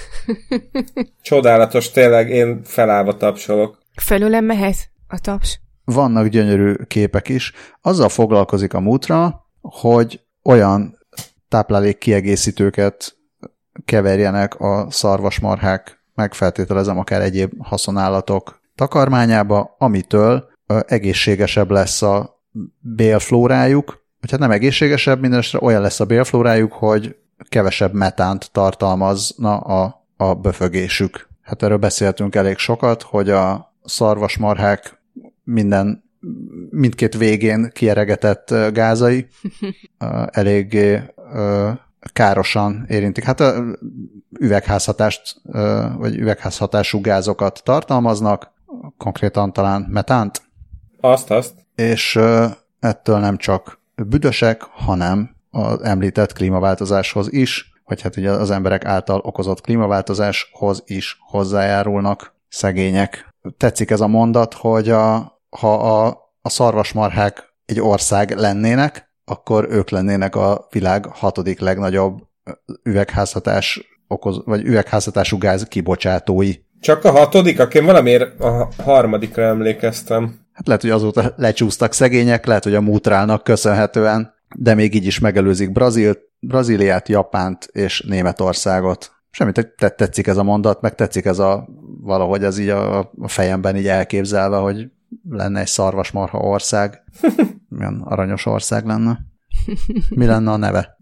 Csodálatos, tényleg, én felállva tapsolok. Felőlem mehet a taps. Vannak gyönyörű képek is. Azzal foglalkozik a Mutra, hogy olyan táplálék kiegészítőket keverjenek a szarvasmarhák, megfeltételezem akár egyéb haszonállatok takarmányába, amitől egészségesebb lesz a bélflórájuk, vagy hát nem egészségesebb, mindenesetre olyan lesz a bélflórájuk, hogy kevesebb metánt tartalmazna a, a böfögésük. Hát erről beszéltünk elég sokat, hogy a szarvasmarhák minden, mindkét végén kieregetett gázai eléggé károsan érintik. Hát üvegházhatást, vagy üvegházhatású gázokat tartalmaznak, konkrétan talán metánt. Azt, azt. És ettől nem csak büdösek, hanem az említett klímaváltozáshoz is, vagy hát ugye az emberek által okozott klímaváltozáshoz is hozzájárulnak szegények. Tetszik ez a mondat, hogy a, ha a, a szarvasmarhák egy ország lennének, akkor ők lennének a világ hatodik legnagyobb üvegházhatás okoz, vagy üvegházhatású gáz kibocsátói. Csak a hatodik? Akkor én valamiért a harmadikra emlékeztem. Hát lehet, hogy azóta lecsúsztak szegények, lehet, hogy a mútrálnak köszönhetően, de még így is megelőzik Brazíl, Brazíliát, Japánt és Németországot. Semmit, tetszik ez a mondat, meg tetszik ez a valahogy ez így a, a fejemben így elképzelve, hogy lenne egy szarvasmarha ország. Milyen aranyos ország lenne. Mi lenne a neve?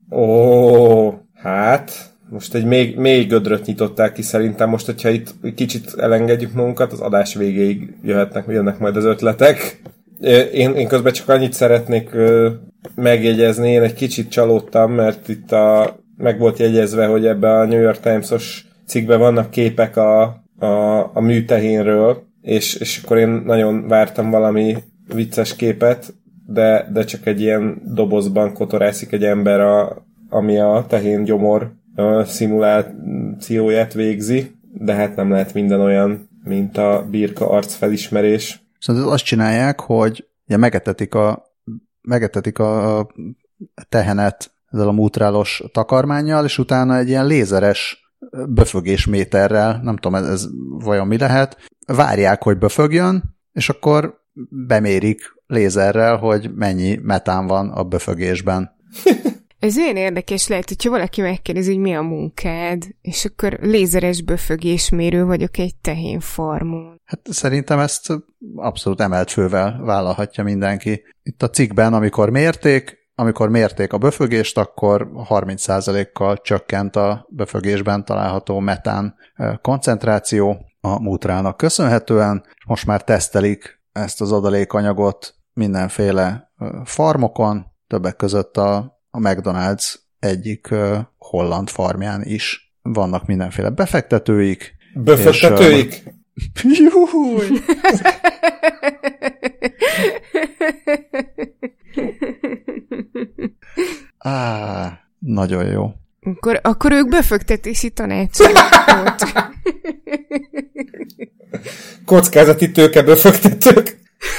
Ó, hát most egy még, még gödröt nyitották ki szerintem. Most, hogyha itt kicsit elengedjük magunkat, az adás végéig jöhetnek, jönnek majd az ötletek. Én, én közben csak annyit szeretnék megjegyezni, én egy kicsit csalódtam, mert itt a, meg volt jegyezve, hogy ebben a New York Times-os cikkben vannak képek a, a, a műtehénről, és, és akkor én nagyon vártam valami vicces képet, de, de csak egy ilyen dobozban kotorászik egy ember, a, ami a tehén gyomor a szimulációját végzi, de hát nem lehet minden olyan, mint a birka arcfelismerés. Szóval azt csinálják, hogy ugye megetetik a, megetetik a tehenet ezzel a mútrálos takarmánnyal, és utána egy ilyen lézeres böfögésméterrel, nem tudom, ez, ez vajon mi lehet, várják, hogy böfögjön, és akkor bemérik lézerrel, hogy mennyi metán van a böfögésben. Ez olyan érdekes lehet, hogyha valaki megkérdezi, hogy mi a munkád, és akkor lézeres böfögésmérő vagyok egy tehénfarmon. Hát szerintem ezt abszolút emelt fővel vállalhatja mindenki. Itt a cikkben, amikor mérték, amikor mérték a böfögést, akkor harminc százalékkal csökkent a böfögésben található metán koncentráció a mútrának köszönhetően. Most már tesztelik ezt az adalékanyagot mindenféle farmokon, többek között a a McDonald's egyik uh, holland farmján is. Vannak mindenféle befektetőik. Befektetőik? És, uh, Júj! Á, nagyon jó. Akkor, akkor ők befektetési tanácsadók. Kockázati tőke befektetők.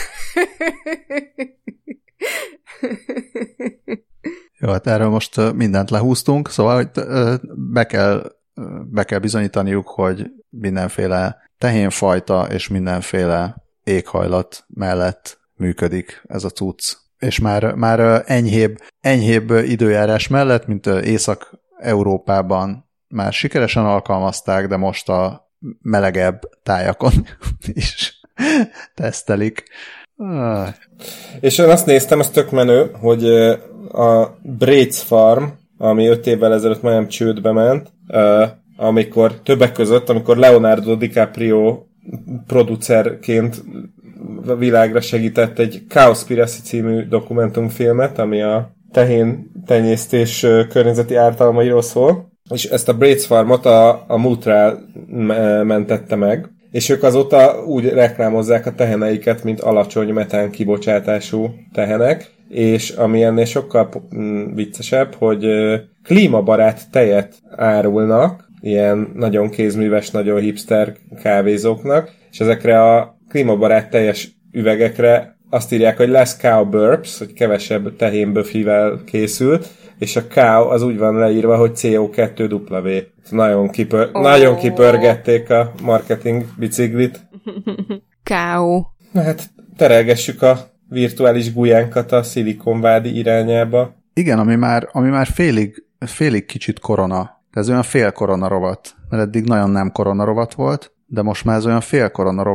Jó, hát erről most mindent lehúztunk, szóval hogy be kell, be kell bizonyítaniuk, hogy mindenféle tehénfajta és mindenféle éghajlat mellett működik ez a cucc. És már, már enyhébb, enyhébb időjárás mellett, mint Észak-Európában már sikeresen alkalmazták, de most a melegebb tájakon is tesztelik. Ah. És én azt néztem, ez tök menő, hogy a Braitz Farm, ami öt évvel ezelőtt majdnem csődbe ment, amikor többek között, amikor Leonardo DiCaprio producerként világra segített egy Cowspiracy című dokumentumfilmet, ami a tehén tenyésztés környezeti ártalmairól szól, és ezt a Braitz Farmot a, a Mutrál mentette meg, és ők azóta úgy reklámozzák a teheneiket, mint alacsony metán kibocsátású tehenek, és ami ennél sokkal viccesebb, hogy klímabarát tejet árulnak, ilyen nagyon kézműves, nagyon hipster kávézóknak, és ezekre a klímabarát teljes üvegekre azt írják, hogy less cow burps, hogy kevesebb tehénböfivel készült, és a cow az úgy van leírva, hogy C O kettő W. Nagyon, kipör, oh. nagyon kipörgették a marketing biciklit. Cow. Na hát terelgessük a virtuális gulyánkat a szilikonvádi irányába. Igen, ami már, ami már félig, félig kicsit korona. Ez olyan fél korona rovat, mert eddig nagyon nem korona rovat volt, de most már ez olyan fél korona rovat,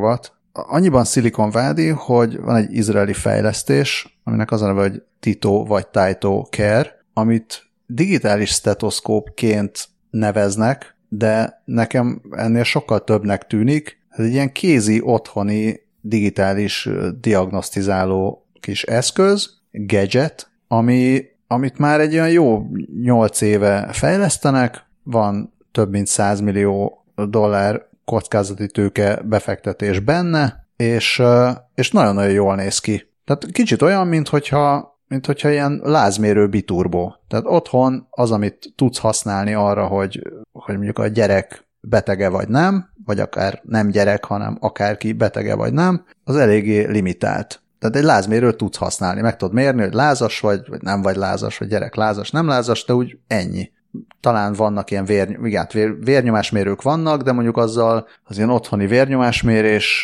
annyiban Silicon Valley, hogy van egy izraeli fejlesztés, aminek az a neve, hogy Tito vagy Taito Care, amit digitális stetoszkópként neveznek, de nekem ennél sokkal többnek tűnik. Ez egy ilyen kézi, otthoni, digitális diagnosztizáló kis eszköz, gadget, ami, amit már egy olyan jó nyolc éve fejlesztenek, van több mint száz millió dollár kockázati tőke befektetés benne, és, és nagyon-nagyon jól néz ki. Tehát kicsit olyan, mint hogyha mint hogyha ilyen lázmérő biturbó. Tehát otthon az, amit tudsz használni arra, hogy, hogy mondjuk a gyerek betege vagy nem, vagy akár nem gyerek, hanem akárki betege vagy nem, az eléggé limitált. Tehát egy lázmérőt tudsz használni, meg tudod mérni, hogy lázas vagy, vagy nem vagy lázas, vagy gyerek lázas, nem lázas, de úgy ennyi. Talán vannak ilyen vér, igen, vér, vérnyomásmérők vannak, de mondjuk azzal az ilyen otthoni vérnyomásmérés,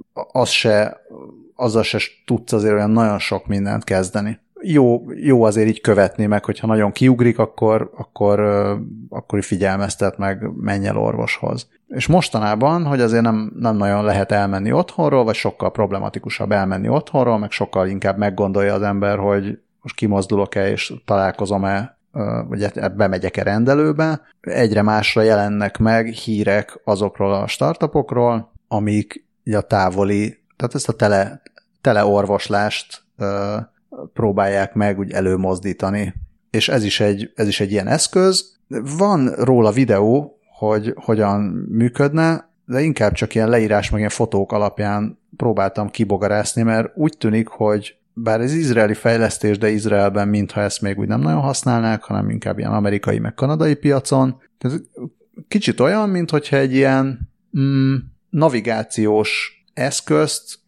az se, azzal se tudsz azért olyan nagyon sok mindent kezdeni. Jó, jó azért így követni meg, hogyha nagyon kiugrik, akkor, akkor, akkor figyelmeztet meg, menj el orvoshoz. És mostanában, hogy azért nem, nem nagyon lehet elmenni otthonról, vagy sokkal problematikusabb elmenni otthonról, meg sokkal inkább meggondolja az ember, hogy most kimozdulok-e, és találkozom-e, vagy bemegyek-e rendelőbe. Egyre másra jelennek meg hírek azokról a startupokról, amik a távoli, tehát ezt a tele, teleorvoslást próbálják meg úgy előmozdítani. És ez is egy, ez is egy ilyen eszköz. Van róla videó, hogy hogyan működne, de inkább csak ilyen leírás, meg ilyen fotók alapján próbáltam kibogarászni, mert úgy tűnik, hogy bár ez izraeli fejlesztés, de Izraelben mintha ezt még úgy nem nagyon használnák, hanem inkább ilyen amerikai, meg kanadai piacon. Tehát kicsit olyan, mint hogyha egy ilyen mm, navigációs eszközt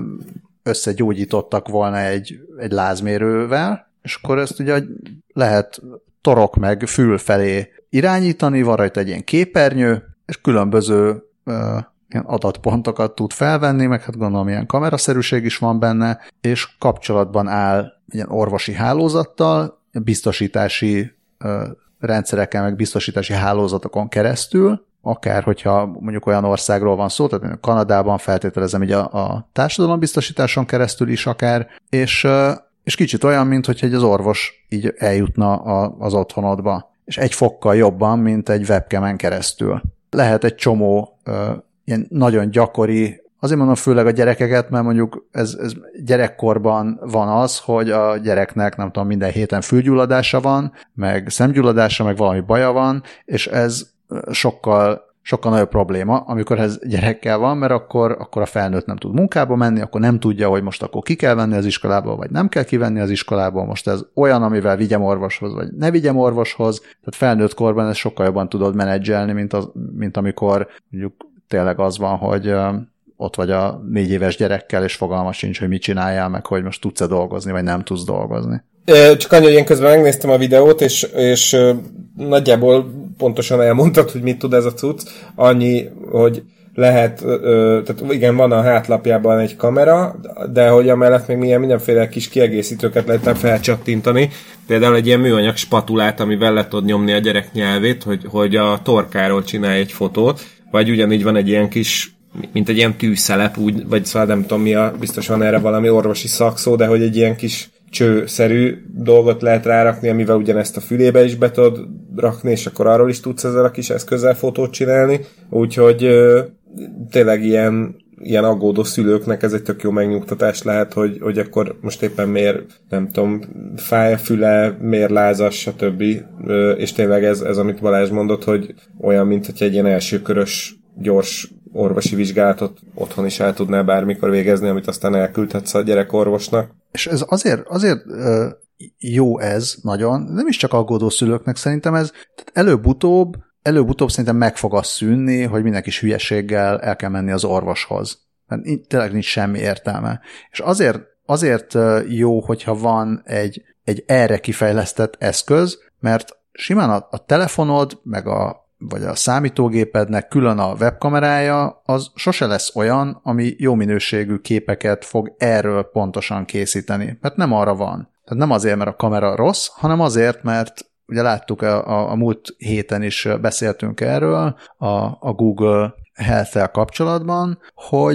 összegyógyítottak volna egy, egy lázmérővel, és akkor ezt ugye lehet torok meg fül felé irányítani, van rajta egy ilyen képernyő, és különböző uh, ilyen adatpontokat tud felvenni, meg hát gondolom ilyen kameraszerűség is van benne, és kapcsolatban áll ilyen orvosi hálózattal, biztosítási uh, rendszereken, meg biztosítási hálózatokon keresztül, akár hogyha mondjuk olyan országról van szó, tehát Kanadában feltételezem így a, a társadalombiztosításon keresztül is akár, és, és kicsit olyan, mint hogyha az orvos így eljutna a, az otthonodba, és egy fokkal jobban, mint egy webcamen keresztül. Lehet egy csomó ö, ilyen nagyon gyakori, azért mondom főleg a gyerekeket, mert mondjuk ez, ez gyerekkorban van az, hogy a gyereknek nem tudom, minden héten fülgyulladása van, meg szemgyulladása, meg valami baja van, és ez sokkal, sokkal nagyobb probléma, amikor ez gyerekkel van, mert akkor, akkor a felnőtt nem tud munkába menni, akkor nem tudja, hogy most akkor ki kell venni az iskolából, vagy nem kell kivenni az iskolából, most ez olyan, amivel vigyem orvoshoz, vagy ne vigyem orvoshoz, tehát felnőtt korban ezt sokkal jobban tudod menedzselni, mint, az, mint amikor mondjuk tényleg az van, hogy ott vagy a négy éves gyerekkel, és fogalma sincs, hogy mit csináljál, meg hogy most tudsz-e dolgozni, vagy nem tudsz dolgozni. Csak annyi, hogy én közben megnéztem a videót, és, és nagyjából pontosan elmondtad, hogy mit tud ez a cucc. Annyi, hogy lehet, tehát igen, van a hátlapjában egy kamera, de hogy amellett még milyen mindenféle kis kiegészítőket lehet felcsattintani. Például egy ilyen műanyag spatulát, amivel le tud nyomni a gyerek nyelvét, hogy, hogy a torkáról csinálj egy fotót, vagy ugyanígy van egy ilyen kis, mint egy ilyen tűszelep, úgy, vagy szóval nem tudom mi a, biztos van erre valami orvosi szakszó, de hogy egy ilyen kis csőszerű dolgot lehet rárakni, amivel ugyanezt a fülébe is be tudod rakni, és akkor arról is tudsz ezzel a kis eszközzel fotót csinálni. Úgyhogy ö, tényleg ilyen, ilyen aggódó szülőknek ez egy tök jó megnyugtatás lehet, hogy, hogy akkor most éppen miért, nem tudom, fáj a füle, miért lázas, stb. Ö, és tényleg ez, ez, amit Balázs mondott, hogy olyan, mint hogy egy ilyen elsőkörös, gyors orvosi vizsgálatot otthon is el tudnál bármikor végezni, amit aztán elküldhetsz a gyerekorvosnak. És ez azért, azért ö, jó ez nagyon, nem is csak aggódó szülőknek szerintem ez, tehát előbb-utóbb, előbb-utóbb szerintem meg fog az szűnni, hogy mindenki is hülyeséggel el kell menni az orvoshoz. Mert tényleg nincs semmi értelme. És azért, azért jó, hogyha van egy, egy erre kifejlesztett eszköz, mert simán a, a telefonod, meg a vagy a számítógépednek külön a webkamerája, az sose lesz olyan, ami jó minőségű képeket fog erről pontosan készíteni. Mert nem arra van. Tehát nem azért, mert a kamera rossz, hanem azért, mert ugye láttuk a, a, a múlt héten is beszéltünk erről a, a Google Health-tel kapcsolatban, hogy,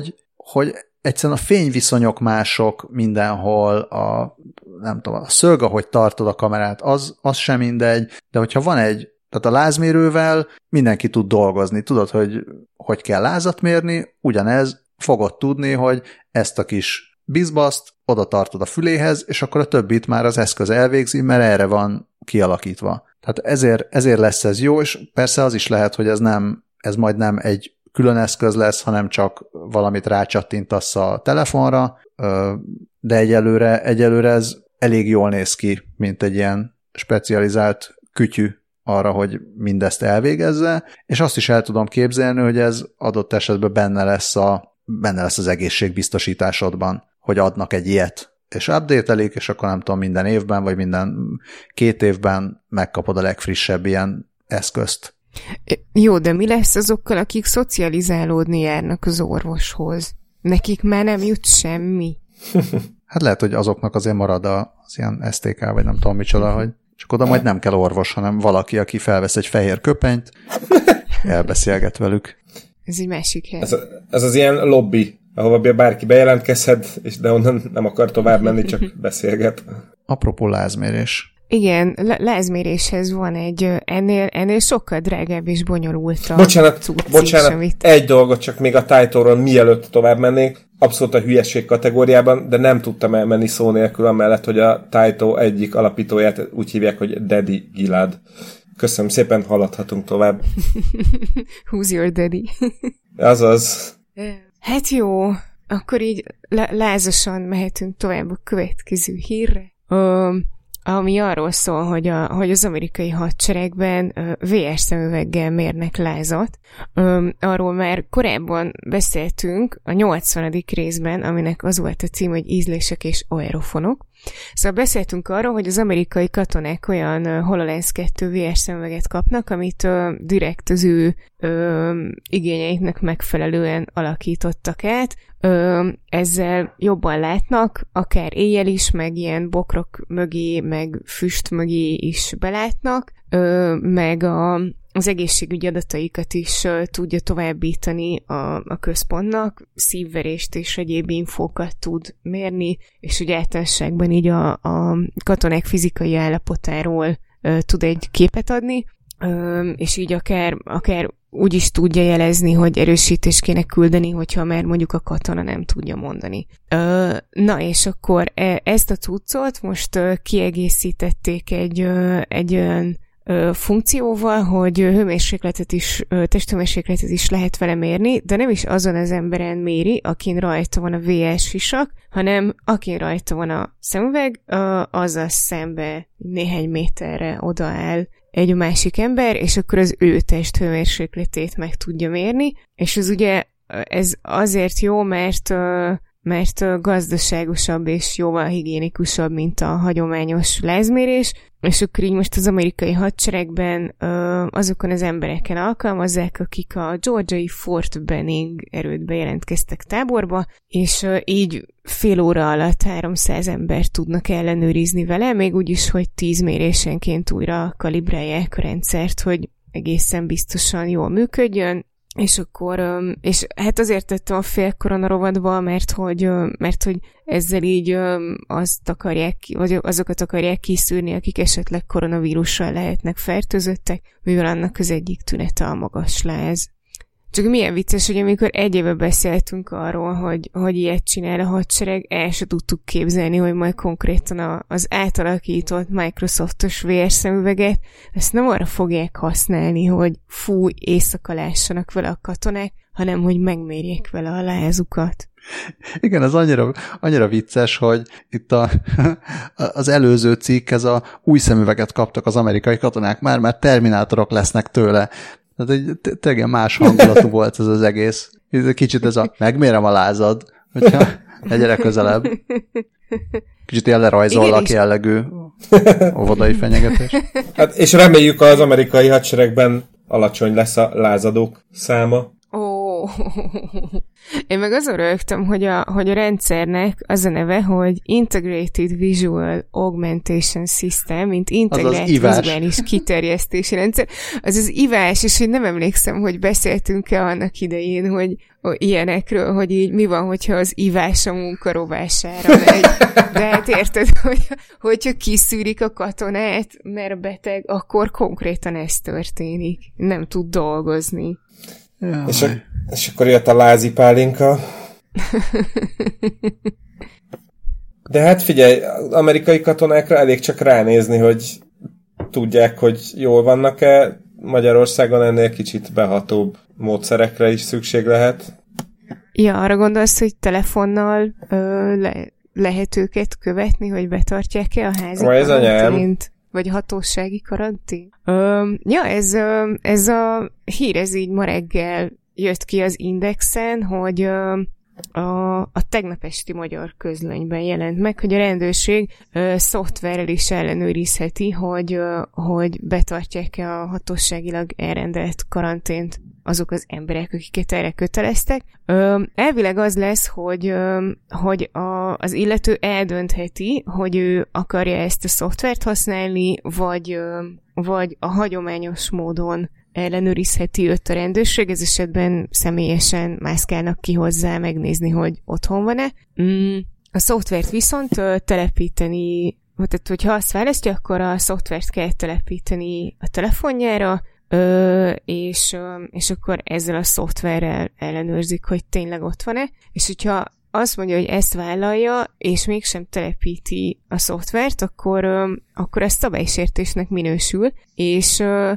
hogy egyszerűen a fényviszonyok mások mindenhol, a, nem tudom, a szög, ahogy tartod a kamerát, az, az sem mindegy, de hogyha van egy, tehát a lázmérővel mindenki tud dolgozni, tudod, hogy hogy kell lázat mérni, ugyanez fogod tudni, hogy ezt a kis bizbaszt oda tartod a füléhez, és akkor a többit már az eszköz elvégzi, mert erre van kialakítva. Tehát ezért, ezért lesz ez jó, és persze az is lehet, hogy ez, nem, ez majd nem egy külön eszköz lesz, hanem csak valamit rácsattintasz a telefonra, de egyelőre, egyelőre ez elég jól néz ki, mint egy ilyen specializált kütyű arra, hogy mindezt elvégezze, és azt is el tudom képzelni, hogy ez adott esetben benne lesz, a, benne lesz az egészségbiztosításodban, hogy adnak egy ilyet, és update-elik, és akkor nem tudom, minden évben, vagy minden két évben megkapod a legfrissebb ilyen eszközt. Jó, de mi lesz azokkal, akik szocializálódni járnak az orvoshoz? Nekik már nem jut semmi. Hát lehet, hogy azoknak azért marad az ilyen es té ká, vagy nem tudom micsoda, hogy csak oda majd nem kell orvos, hanem valaki, aki felvesz egy fehér köpenyt, elbeszélget velük. Ez egy másik hely. Ez, ez az ilyen lobby, ahova bárki bejelentkezhet, és de onnan nem akar tovább menni, csak beszélget. Apropó lázmérés. Igen, lázméréshez van egy ennél, ennél sokkal drágább és bonyolultabb. Bocsánat, bocsánat, amit... egy dolgot csak még a Taito-ron mielőtt tovább mennék, abszolút a hülyesség kategóriában, de nem tudtam elmenni szó nélkül amellett, hogy a Taito egyik alapítóját úgy hívják, hogy Daddy Gilad. Köszönöm szépen, haladhatunk tovább. Who's your daddy? Azaz. Hát jó, akkor így lázasan mehetünk tovább a következő hírre. Um, ami arról szól, hogy, a, hogy az amerikai hadseregben uh, vé er szemüveggel mérnek lázat. Um, arról már korábban beszéltünk a nyolcvanadik részben, aminek az volt a cím, hogy ízlések és aerofonok. Szóval beszéltünk arról, hogy az amerikai katonák olyan uh, HoloLens kettő vé er szemüveget kapnak, amit uh, direkt az ő uh, igényeiknek megfelelően alakítottak át. Uh, ezzel jobban látnak, akár éjjel is, meg ilyen bokrok mögé, meg füst mögé is belátnak, uh, meg a az egészségügyi adataikat is uh, tudja továbbítani a, a központnak, szívverést és egyéb infókat tud mérni, és ugye általánosságban így a, a katonák fizikai állapotáról uh, tud egy képet adni, uh, és így akár, akár úgy is tudja jelezni, hogy erősítést kéne küldeni, hogyha már mondjuk a katona nem tudja mondani. Uh, na, és akkor e, ezt a cuccot most uh, kiegészítették egy, uh, egy olyan funkcióval, hogy hőmérsékletet is, testhőmérsékletet is lehet vele mérni, de nem is azon az emberen méri, akin rajta van a vé er sisak, hanem akin rajta van a szemüveg, azzal szembe néhány méterre odaáll egy másik ember, és akkor az ő testhőmérsékletét meg tudja mérni, és ez ugye ez azért jó, mert mert gazdaságosabb és jóval higiénikusabb, mint a hagyományos lázmérés, és akkor így most az amerikai hadseregben ö, azokon az embereken alkalmazzák, akik a georgiai Fort Benning erődbe jelentkeztek táborba, és ö, így fél óra alatt háromszáz embert tudnak ellenőrizni vele, még úgyis, hogy tíz mérésenként újra kalibrálják a rendszert, hogy egészen biztosan jól működjön, és akkor, és hát azért tettem a fél korona rovatba, mert hogy, mert hogy ezzel így azt akarják, vagy azokat akarják kiszűrni, akik esetleg koronavírussal lehetnek fertőzöttek, mivel annak az egyik tünete a magas láz. Csak milyen vicces, hogy amikor egy éve beszéltünk arról, hogy, hogy ilyet csinál a hadsereg, el se tudtuk képzelni, hogy majd konkrétan a, az átalakított Microsoftos vé er szemüveget, ezt nem arra fogják használni, hogy fú, éjszaka lássanak vele a katonák, hanem hogy megmérjék vele a lázukat. Igen, ez annyira, annyira vicces, hogy itt a, az előző cikk, ez a új szemüveget kaptak az amerikai katonák már, mert terminátorok lesznek tőle. Tehát egy tényleg más hangulatú volt ez az egész. Kicsit ez a megmérem a lázad, hogyha egyre közelebb. Kicsit ilyen lerajzollak jellegű óvodai fenyegetés. Hát, és reméljük az amerikai hadseregben alacsony lesz a lázadók száma. Ó, Én meg azon rögtem, hogy a, hogy a rendszernek az a neve, hogy Integrated Visual Augmentation System, mint integrált vizuális kiterjesztési rendszer. Az az ivás, és én nem emlékszem, hogy beszéltünk-e annak idején, hogy ilyenekről, hogy így mi van, hogyha az ivás a munka rovására megy. De hát érted, hogy, hogyha kiszűrik a katonát, mert beteg, akkor konkrétan ez történik. Nem tud dolgozni. És, a, és akkor jött a lázi pálinka. De hát figyelj, az amerikai katonákra elég csak ránézni, hogy tudják, hogy jól vannak-e. Magyarországon ennél kicsit behatóbb módszerekre is szükség lehet. Ja, arra gondolsz, hogy telefonnal ö, le, lehet őket követni, hogy betartják-e a házi karantént? Vagy hatósági karantén? Ö, ja, ez, ö, ez a hír, ez így ma reggel jött ki az Indexen, hogy ö, a, a tegnap esti Magyar Közlönyben jelent meg, hogy a rendőrség ö, szoftverrel is ellenőrizheti, hogy, ö, hogy betartják-e a hatóságilag elrendelt karantént azok az emberek, akiket erre köteleztek. Ö, elvileg az lesz, hogy, ö, hogy a, az illető eldöntheti, hogy ő akarja ezt a szoftvert használni, vagy, ö, vagy a hagyományos módon ellenőrizheti őt a rendőrség, ez esetben személyesen mászkálnak ki hozzá megnézni, hogy otthon van-e. Mm, a szoftvert viszont ö, telepíteni, tehát hogyha azt választja, akkor a szoftvert kell telepíteni a telefonjára, Ö, és, ö, és akkor ezzel a szoftverrel ellenőrzik, hogy tényleg ott van-e, és hogyha azt mondja, hogy ezt vállalja, és mégsem telepíti a szoftvert, akkor, ö, akkor ez szabálysértésnek minősül, és ö,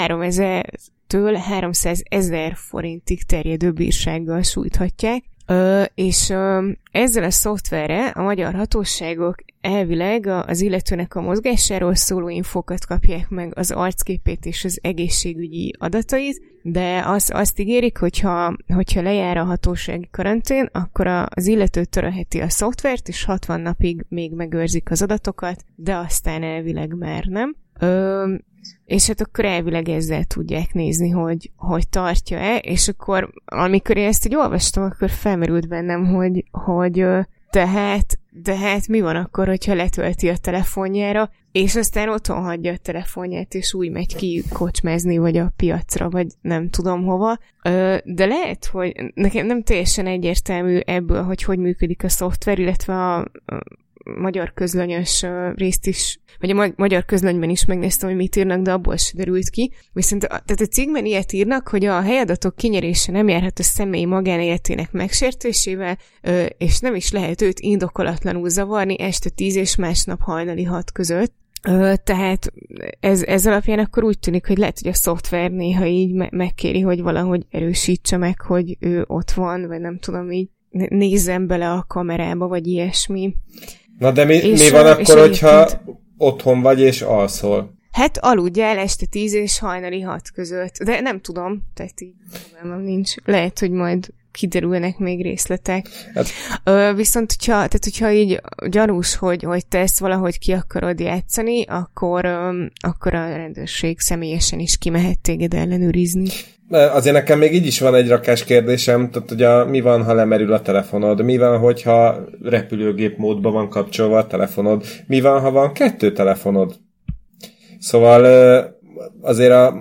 háromezertől háromszázezer forintig terjedő bírsággal sújthatják, Ö, és ö, ezzel a szoftverre a magyar hatóságok elvileg az illetőnek a mozgásáról szóló infókat kapják meg, az arcképét és az egészségügyi adatait, de az, azt ígérik, hogyha, hogyha lejár a hatósági karantén, akkor a, az illető törölheti a szoftvert, és hatvan napig még megőrzik az adatokat, de aztán elvileg már nem. Ö, és hát akkor elvileg ezzel tudják nézni, hogy, hogy tartja-e, és akkor amikor én ezt így olvastam, akkor felmerült bennem, hogy, hogy tehát, de hát mi van akkor, hogyha letölti a telefonjára, és aztán otthon hagyja a telefonját, és úgy megy ki kocsmázni, vagy a piacra, vagy nem tudom hova. De lehet, hogy nekem nem teljesen egyértelmű ebből, hogy hogy működik a szoftver, illetve a magyar közlönyös részt is, vagy a magyar közlönyben is megnéztem, hogy mit írnak, de abból se derült ki. Viszont a, tehát a cikkben ilyet írnak, hogy a helyadatok kinyerése nem járhat a személy magánéletének megsértésével, és nem is lehet őt indokolatlanul zavarni este tíz és másnap hajnali hat között. Tehát ez, ez alapján akkor úgy tűnik, hogy lehet, hogy a szoftver néha így me- megkéri, hogy valahogy erősítse meg, hogy ő ott van, vagy nem tudom, így nézzem bele a kamerába, vagy ilyesmi. Na de mi, és, mi van akkor, hogyha otthon vagy és alszol? Hát aludjál este tíz és hajnali hat között. De nem tudom, tehát így nem nincs. Lehet, hogy majd kiderülnek még részletek. Hát. Ö, viszont, hogyha, tehát, hogyha így gyanús, hogy, hogy te ezt valahogy ki akarod játszani, akkor, ö, akkor a rendőrség személyesen is kimehet téged ellenőrizni. Azért nekem még így is van egy rakás kérdésem, tehát ugye mi van, ha lemerül a telefonod, mi van, hogyha repülőgép módban van kapcsolva a telefonod, mi van, ha van kettő telefonod. Szóval azért a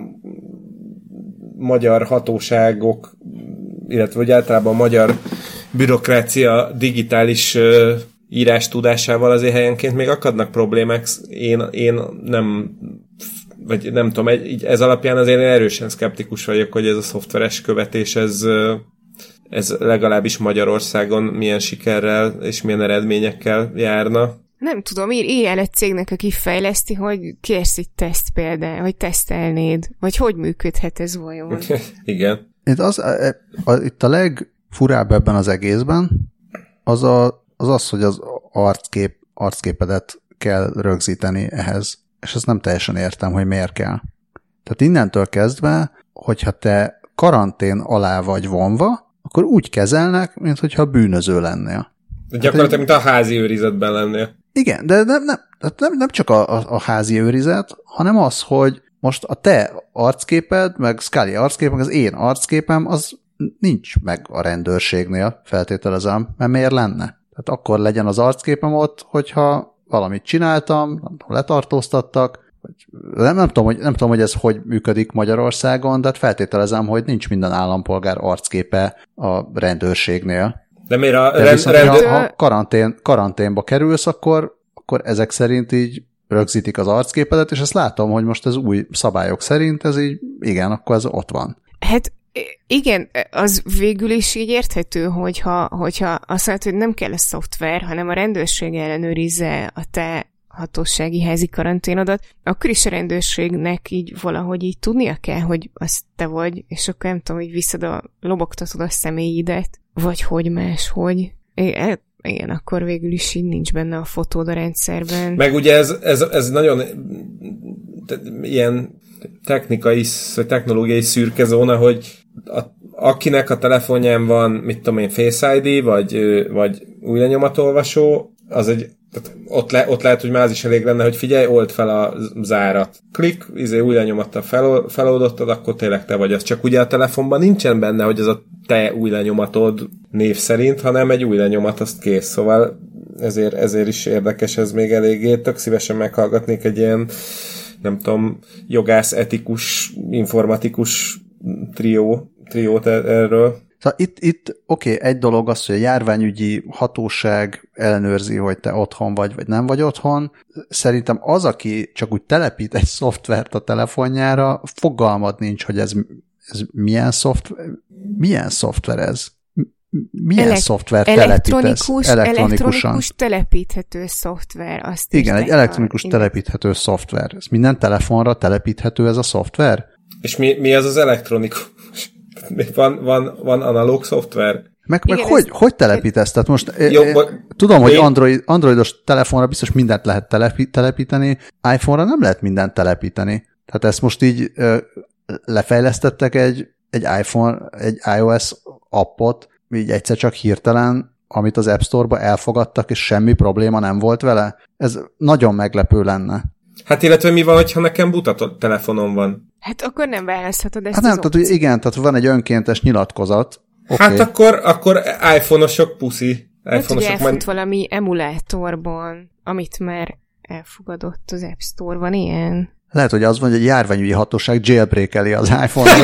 magyar hatóságok, illetve hogy általában a magyar bürokrácia digitális írás tudásával azért helyenként még akadnak problémák. Én, én nem vagy nem tudom, egy, ez alapján azért erősen szkeptikus vagyok, hogy ez a szoftveres követés, ez, ez legalábbis Magyarországon milyen sikerrel és milyen eredményekkel járna. Nem tudom, ír, ír el egy cégnek, aki fejleszti, hogy kérsz itt teszt például, hogy tesztelnéd, vagy hogy működhet ez vajon? Igen. Itt, az, a, a, itt a legfurább ebben az egészben az, a, az az, hogy az arckép, arcképedet kell rögzíteni ehhez. És ezt nem teljesen értem, hogy miért kell. Tehát innentől kezdve, hogyha te karantén alá vagy vonva, akkor úgy kezelnek, mintha bűnöző lennél. De gyakorlatilag, mint a házi őrizetben lennél. Igen, de nem, nem, nem, nem csak a, a, a házi őrizet, hanem az, hogy most a te arcképed, meg Scully arckép, meg az én arcképem, az nincs meg a rendőrségnél, feltételezem, mert miért lenne? Tehát akkor legyen az arcképem ott, hogyha valamit csináltam, letartóztattak, nem, nem, tudom, hogy, nem tudom, hogy ez hogy működik Magyarországon, de hát feltételezem, hogy nincs minden állampolgár arcképe a rendőrségnél. De miért a de rend, viszont, rendőr... ha, ha karantén, karanténba kerülsz, akkor, akkor ezek szerint így rögzítik az arcképedet, és ezt látom, hogy most ez új szabályok szerint, ez így, igen, akkor ez ott van. Hát igen, az végül is így érthető, hogyha, hogyha azt mondod, hogy nem kell a szoftver, hanem a rendőrség ellenőrizze a te hatósági házi karanténodat, akkor is a rendőrségnek így valahogy így tudnia kell, hogy az te vagy, és akkor nem tudom, hogy visszad a, lobogtatod a személyidet, vagy hogy máshogy. É, igen, akkor végül is így nincs benne a fotód a rendszerben. Meg ugye ez, ez, ez nagyon ilyen technikai, technológiai szürke zóna, hogy a, akinek a telefonján van, mit tudom én, Face i dé, vagy, vagy új lenyomatolvasó, az egy, tehát ott, le, ott lehet, hogy már az is elég lenne, hogy figyelj, old fel a zárat. Klik, izé új lenyomattal fel, feloldottad, akkor tényleg te vagy az. Csak ugye a telefonban nincsen benne, hogy az a te új lenyomatod név szerint, hanem egy új lenyomat, azt kész. Szóval ezért, ezért is érdekes ez még eléggé. Tök szívesen meghallgatnék egy ilyen, nem tudom, jogász, etikus, informatikus trió, triót erről. Szóval itt, itt oké, okay, egy dolog az, hogy a járványügyi hatóság ellenőrzi, hogy te otthon vagy, vagy nem vagy otthon. Szerintem az, aki csak úgy telepít egy szoftvert a telefonjára, fogalmad nincs, hogy ez, ez milyen szoftver, milyen szoftver ez? Milyen Elek- szoftver telepítesz? Elektronikus telepíthető szoftver. Azt igen, egy elektronikus a... telepíthető szoftver. Ez minden telefonra telepíthető ez a szoftver? És mi, mi az az elektronikus? Van, van, van analóg szoftver? Meg, meg hogy, ez... hogy telepítesz? Tehát most Jó, é, ba... tudom, hogy Android, androidos telefonra biztos mindent lehet telepi, telepíteni, iPhone-ra nem lehet mindent telepíteni. Tehát ezt most így ö, lefejlesztettek egy, egy iPhone, egy iOS appot, így egyszer csak hirtelen, amit az App Store-ba elfogadtak, és semmi probléma nem volt vele. Ez nagyon meglepő lenne. Hát illetve mi van, hogyha nekem buta telefonom van? Hát akkor nem választhatod ezt hát az nem, tehát, hogy igen, tehát van egy önkéntes nyilatkozat. Okay. Hát akkor, akkor iPhone-osok puszi. Hát ugye elfut majd... valami emulátorban, amit már elfogadott az App Store, van ilyen? Lehet, hogy az van, hogy egy járványügyi hatóság jailbreak-eli az iPhone-ra.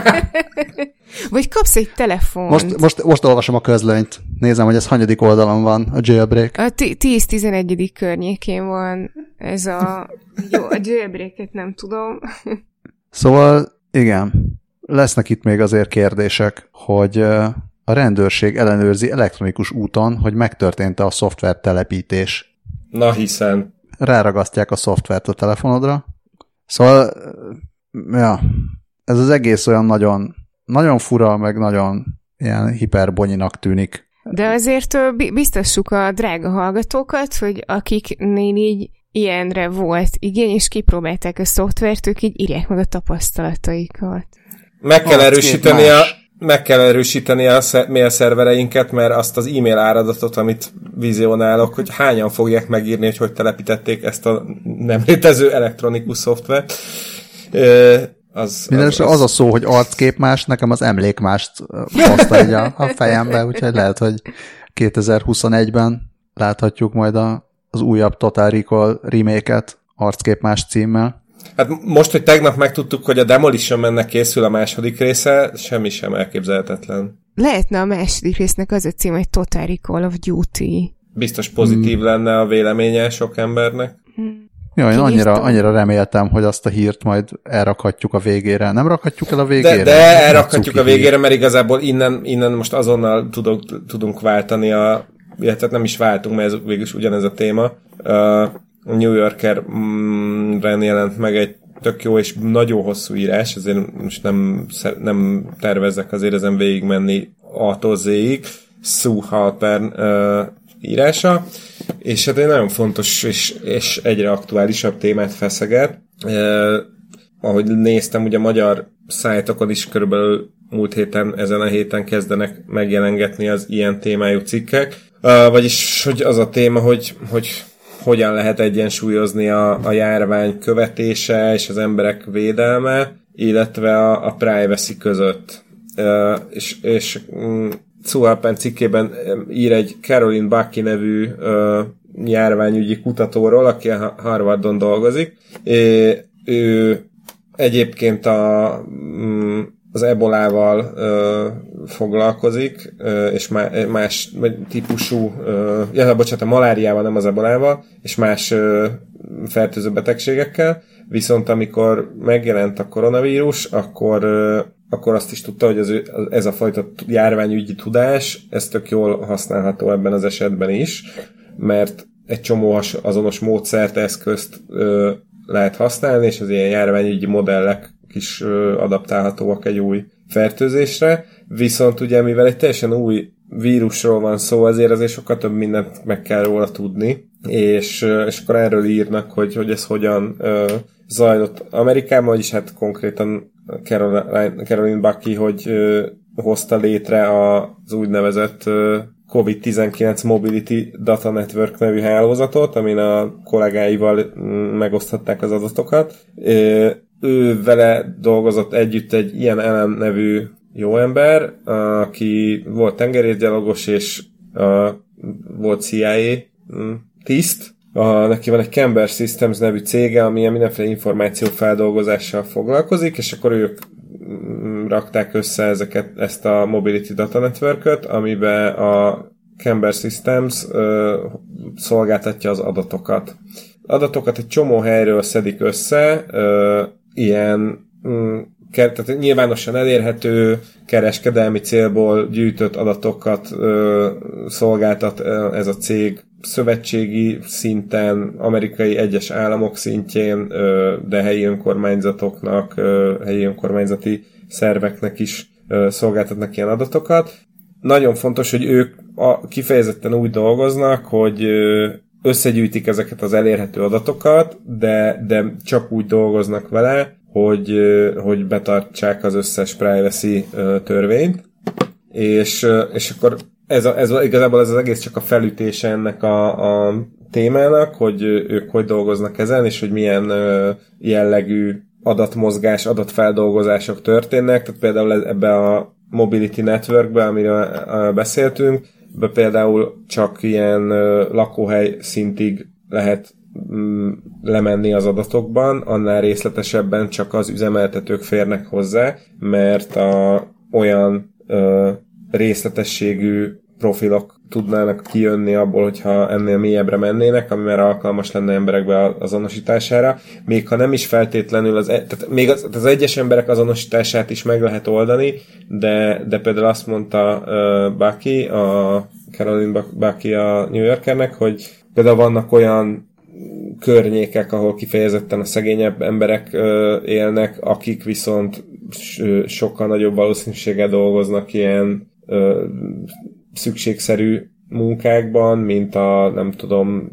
Vagy kapsz egy telefont. Most, most, most olvasom a közlönyt. Nézem, hogy ez hanyadik oldalon van, a jailbreak. A tíz-tizenegyedik környékén van ez a... Jó, a jailbreak-et nem tudom. Szóval, igen, lesznek itt még azért kérdések, hogy a rendőrség ellenőrzi elektronikus úton, hogy megtörtént-e a szoftver telepítés. Na hiszen. Ráragasztják a szoftvert a telefonodra. Szóval, ja, ez az egész olyan nagyon, nagyon fura, meg nagyon ilyen hiperbonyinak tűnik. De azért biztassuk a drága hallgatókat, hogy akiknél így ilyenre volt igény, és kipróbálták a szoftvert, ők így írják meg a tapasztalataikat. Meg kell erősíteni a, meg kell erősíteni a mail szervereinket, mert azt az e-mail áradatot, amit vizionálok, hogy hányan fogják megírni, hogy hogy telepítették ezt a nem létező elektronikus szoftvert. Az, az, az, az a szó, hogy arcképmás, nekem az emlékmást hozta így a, a fejembe, úgyhogy lehet, hogy kétezer-huszonegyben láthatjuk majd a, az újabb Total Recall remake-et arcképmás címmel. Hát most, hogy tegnap megtudtuk, hogy a Demolition Man-nek készül a második része, semmi sem elképzelhetetlen. Lehetne a második résznek az a cím, hogy Total Recall of Duty. Biztos pozitív hmm. lenne a véleménye sok embernek. Hmm. Jó, én annyira, annyira reméltem, hogy azt a hírt majd elrakhatjuk a végére. Nem rakhatjuk el a végére? De, de elrakhatjuk a végére, mert igazából innen, innen most azonnal tudunk, tudunk váltani a... illetve nem is váltunk, mert ez végülis ugyanez a téma. A New Yorker-ren jelent meg egy tök jó és nagyon hosszú írás, ezért most nem, nem tervezzek azért ezen végigmenni A-tól Z-ig. Sue Halpern uh, írása, és hát egy nagyon fontos és, és egyre aktuálisabb témát feszeget. Uh, ahogy néztem, ugye a magyar szájtokon is körülbelül múlt héten, ezen a héten kezdenek megjelengetni az ilyen témájú cikkek. Uh, vagyis, hogy az a téma, hogy, hogy hogyan lehet egyensúlyozni a, a járvány követése és az emberek védelme, illetve a, a privacy között. és, és Cuhalpán cikkében ír egy Caroline Bucky nevű járványügyi kutatóról, aki a Harvardon dolgozik. É, ő egyébként a, az ebolával ö, foglalkozik, ö, és má, más típusú, ö, ja, bocsánat, a maláriával, nem az ebolával, és más ö, fertőző betegségekkel, viszont amikor megjelent a koronavírus, akkor, ö, akkor azt is tudta, hogy az, ez a fajta járványügyi tudás, ez tök jól használható ebben az esetben is, mert egy csomó azonos módszert, eszközt ö, lehet használni, és az ilyen járványügyi modellek is ö, adaptálhatóak egy új fertőzésre, viszont ugye mivel egy teljesen új vírusról van szó, azért azért sokkal több mindent meg kell róla tudni, és, és akkor erről írnak, hogy, hogy ez hogyan ö, zajlott Amerikában, vagyis hát konkrétan Caroline, Caroline Bucky, hogy ö, hozta létre az úgynevezett ö, kovid tizenkilenc Mobility Data Network nevű hálózatot, amin a kollégáival megoszthatták az adatokat. Ő vele dolgozott együtt egy ilyen Ellen nevű jó ember, aki volt tengerészgyalogos, és volt C I A tiszt. A, neki van egy Camber Systems nevű cége, ami mindenféle információfeldolgozással foglalkozik, és akkor ők rakták össze ezeket, ezt a Mobility Data Networköt, amiben a Camber Systems ö, szolgáltatja az adatokat. Adatokat egy csomó helyről szedik össze, ö, ilyen mm, tehát nyilvánosan elérhető, kereskedelmi célból gyűjtött adatokat ö, szolgáltat ö, ez a cég szövetségi szinten, amerikai egyes államok szintjén, ö, de helyi önkormányzatoknak, ö, helyi önkormányzati szerveknek is ö, szolgáltatnak ilyen adatokat. Nagyon fontos, hogy ők a, kifejezetten úgy dolgoznak, hogy ö, összegyűjtik ezeket az elérhető adatokat, de, de csak úgy dolgoznak vele, hogy, hogy betartsák az összes privacy törvényt, és, és akkor ez, a, ez a, igazából ez az egész csak a felütése ennek a, a témának, hogy ők hogy dolgoznak ezen, és hogy milyen jellegű adatmozgás, adatfeldolgozások történnek, tehát például ebbe a Mobility Networkbe, amiről beszéltünk, be például csak ilyen lakóhely szintig lehet lemenni az adatokban, annál részletesebben csak az üzemeltetők férnek hozzá, mert a, olyan ö, részletességű profilok tudnának kijönni abból, hogyha ennél mélyebbre mennének, ami már alkalmas lenne emberekbe azonosítására, még ha nem is feltétlenül az, tehát még az, az egyes emberek azonosítását is meg lehet oldani, de, de például azt mondta uh, Bucky, a Caroline Bucky a New Yorkernek, hogy például vannak olyan környékek, ahol kifejezetten a szegényebb emberek ö, élnek, akik viszont sokkal nagyobb valószínűséggel dolgoznak ilyen ö, szükségszerű munkákban, mint a, nem tudom,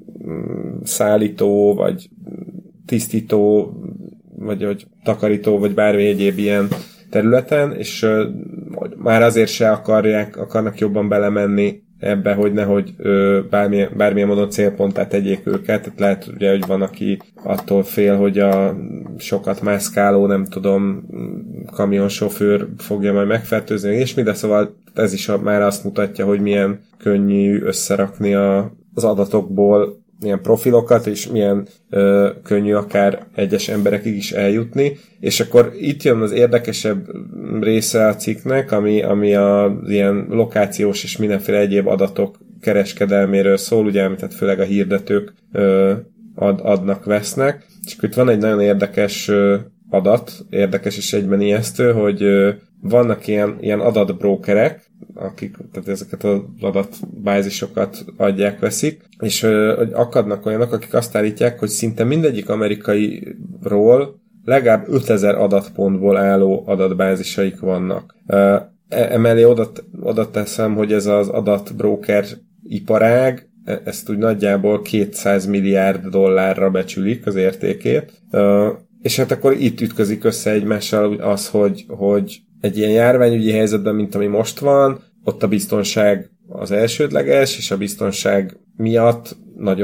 szállító, vagy tisztító, vagy, vagy takarító, vagy bármi egyéb ilyen területen, és ö, már azért se akarják, akarnak jobban belemenni ebbe, hogy nehogy ö, bármilyen, bármilyen módon célponttá tegyék őket. Tehát lehet, ugye, hogy van, aki attól fél, hogy a sokat mászkáló, nem tudom, kamionsofőr fogja majd megfertőzni, és mi, de szóval ez is már azt mutatja, hogy milyen könnyű összerakni a, az adatokból milyen profilokat, és milyen ö, könnyű akár egyes emberekig is eljutni. És akkor itt jön az érdekesebb része a cikknek, ami, ami a ilyen lokációs és mindenféle egyéb adatok kereskedelméről szól, ugye, amit tehát főleg a hirdetők ö, ad, adnak, vesznek. És akkor itt van egy nagyon érdekes ö, adat, érdekes és egyben ijesztő, hogy ö, vannak ilyen, ilyen adatbrókerek, akik tehát ezeket az adatbázisokat adják, veszik, és ö, akadnak olyanok, akik azt állítják, hogy szinte mindegyik amerikairól legalább ötezer adatpontból álló adatbázisaik vannak. Ö, emellé oda, oda teszem, hogy ez az adatbróker iparág, ezt úgy nagyjából kétszáz milliárd dollárra becsülik az értékét, ö, és hát akkor itt ütközik össze egymással az, hogy, hogy egy ilyen járványügyi helyzetben, mint ami most van, ott a biztonság az elsődleges, és a biztonság miatt nagyon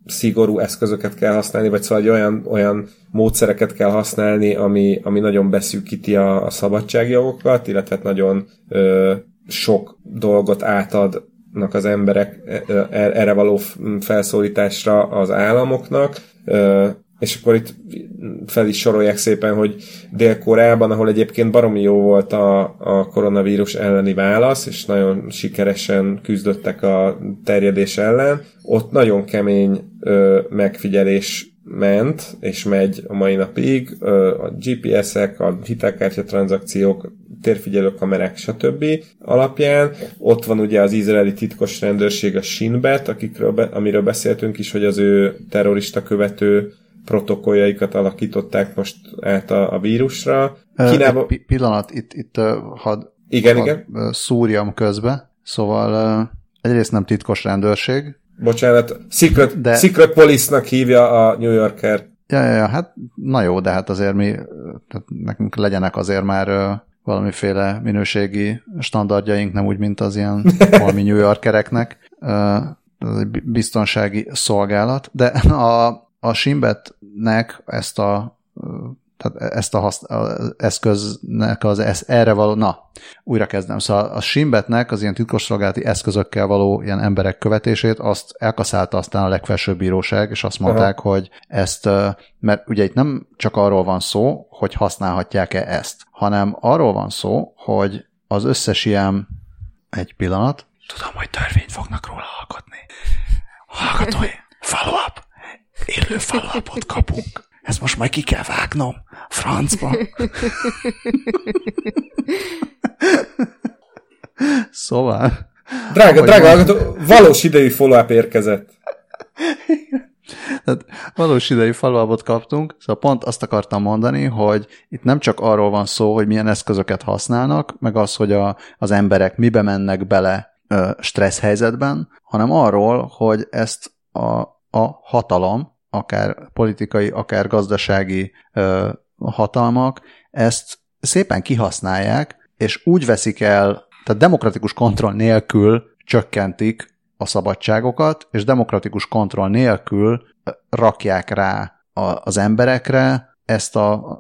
szigorú eszközöket kell használni, vagy szóval olyan, olyan módszereket kell használni, ami, ami nagyon beszűkíti a, a szabadságjogokat, illetve nagyon ö, sok dolgot átadnak az emberek erre való felszólításra az államoknak, ö, és akkor itt fel is sorolják szépen, hogy Dél-Koreában, ahol egyébként baromi jó volt a, a koronavírus elleni válasz, és nagyon sikeresen küzdöttek a terjedés ellen, ott nagyon kemény ö, megfigyelés ment, és megy a mai napig, ö, a gé pé es-ek, a hitelkártya tranzakciók, térfigyelő kamerák, stb. Alapján. Ott van ugye az izraeli titkos rendőrség, a Shin Bet, akikről be, amiről beszéltünk is, hogy az ő terrorista követő protokolljaikat alakították most át a, a vírusra. Kínába... Egy pillanat, itt, itt hadd igen, had igen. szúrjam közbe. Szóval egyrészt nem titkos rendőrség. Bocsánat, Secret, de... Secret Police-nak hívja a New Yorker. Ja, ja, ja, hát na jó, de hát azért mi, tehát nekünk legyenek azért már valamiféle minőségi standardjaink, nem úgy, mint az ilyen valami New Yorkereknek. Ez egy biztonsági szolgálat, de a A Shin Betnek ezt a, tehát ezt a hasz, eszköznek az ez, erre való, na, újra kezdem. Szóval a Shin Betnek az ilyen titkosszolgálati eszközökkel való ilyen emberek követését, azt elkaszálta aztán a legfelsőbb bíróság, és azt mondták, aha, hogy ezt, mert ugye itt nem csak arról van szó, hogy használhatják-e ezt, hanem arról van szó, hogy az összes ilyen, egy pillanat, tudom, hogy törvényt fognak róla alkotni. Hallgatói, follow up! Élő follow-upot kapunk. Ezt most majd ki kell vágnom. Francba. Szóval... Drága, drága hallgató, valós idejű follow-up érkezett. Tehát valós idejű follow-upot kaptunk, szóval pont azt akartam mondani, hogy itt nem csak arról van szó, hogy milyen eszközöket használnak, meg az, hogy a, az emberek mibe mennek bele ö, stressz helyzetben, hanem arról, hogy ezt a, a hatalom, akár politikai, akár gazdasági ö, hatalmak, ezt szépen kihasználják, és úgy veszik el, tehát demokratikus kontroll nélkül csökkentik a szabadságokat, és demokratikus kontroll nélkül rakják rá a, az emberekre ezt a,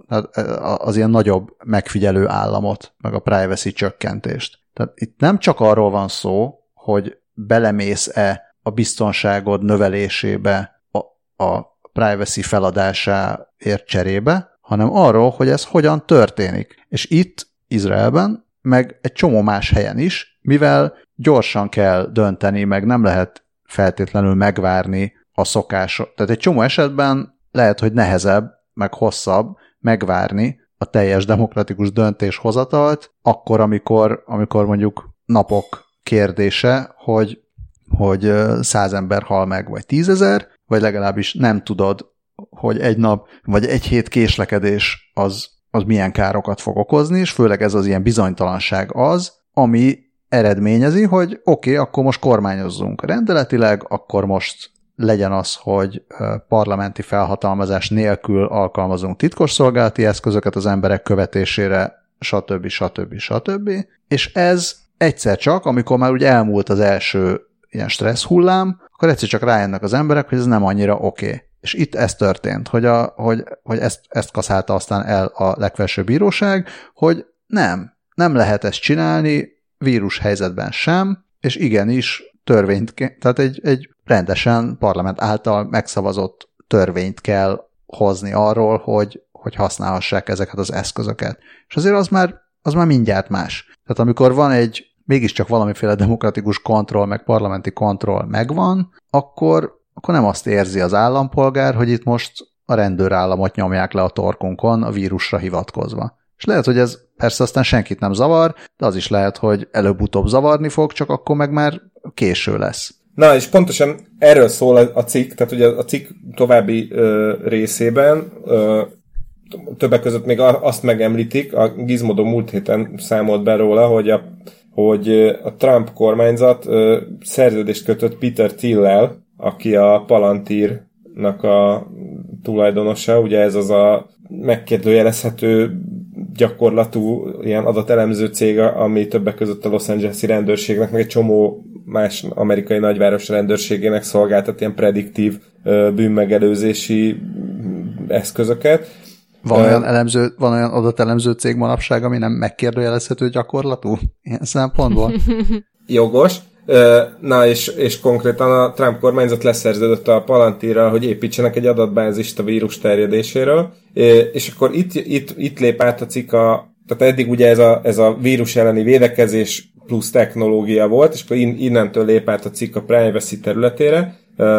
az ilyen nagyobb megfigyelő államot, meg a privacy csökkentést. Tehát itt nem csak arról van szó, hogy belemész-e a biztonságod növelésébe a, a privacy feladásáért cserébe, hanem arról, hogy ez hogyan történik. És itt Izraelben, meg egy csomó más helyen is, mivel gyorsan kell dönteni, meg nem lehet feltétlenül megvárni a szokásot. Tehát egy csomó esetben lehet, hogy nehezebb, meg hosszabb megvárni a teljes demokratikus döntéshozatalt, akkor, amikor, amikor mondjuk napok kérdése, hogy, hogy száz ember hal meg, vagy tízezer, vagy legalábbis nem tudod, hogy egy nap, vagy egy hét késlekedés az, az milyen károkat fog okozni, és főleg ez az ilyen bizonytalanság az, ami eredményezi, hogy oké, okay, akkor most kormányozzunk rendeletileg, akkor most legyen az, hogy parlamenti felhatalmazás nélkül alkalmazunk titkosszolgálati eszközöket az emberek követésére, stb. stb. stb. És ez egyszer csak, amikor már úgy elmúlt az első ilyen stressz hullám, akkor egyszer csak rájönnek az emberek, hogy ez nem annyira oké. Okay. És itt ez történt, hogy, a, hogy, hogy ezt, ezt kaszálta aztán el a legfelsőbb bíróság, hogy nem, nem lehet ezt csinálni, vírus helyzetben sem, és igenis törvényt, tehát egy, egy rendesen parlament által megszavazott törvényt kell hozni arról, hogy, hogy használhassák ezeket az eszközöket. És azért az már, az már mindjárt más. Tehát amikor van egy mégiscsak valamiféle demokratikus kontroll, meg parlamenti kontroll megvan, akkor, akkor nem azt érzi az állampolgár, hogy itt most a rendőrállamot nyomják le a torkunkon a vírusra hivatkozva. És lehet, hogy ez persze aztán senkit nem zavar, de az is lehet, hogy előbb-utóbb zavarni fog, csak akkor meg már késő lesz. Na, és pontosan erről szól a cikk, tehát ugye a cikk további ö, részében ö, többek között még azt megemlítik, a Gizmodo múlt héten számolt be róla, hogy a, hogy a Trump kormányzat ö, szerződést kötött Peter Thiel-lel, aki a Palantirnak a tulajdonosa, ugye ez az a megkérdőjelezhető gyakorlatú ilyen adatelemző cég, ami többek között a Los Angeles-i rendőrségnek meg egy csomó más amerikai nagyváros rendőrségének szolgáltat ilyen prediktív bűnmegelőzési eszközöket. Van olyan, elemző, van olyan adatelemző cég manapság, ami nem megkérdőjelezhető gyakorlatú ilyen szempontból? Jogos. Na, és, és konkrétan a Trump kormányzat leszerződött a Palantirral, hogy építsenek egy adatbázist a vírus terjedéséről, és akkor itt, itt, itt lép át a cikk a, tehát eddig ugye ez a, ez a vírus elleni védekezés plusz technológia volt, és akkor innentől lép át a cikk a privacy területére.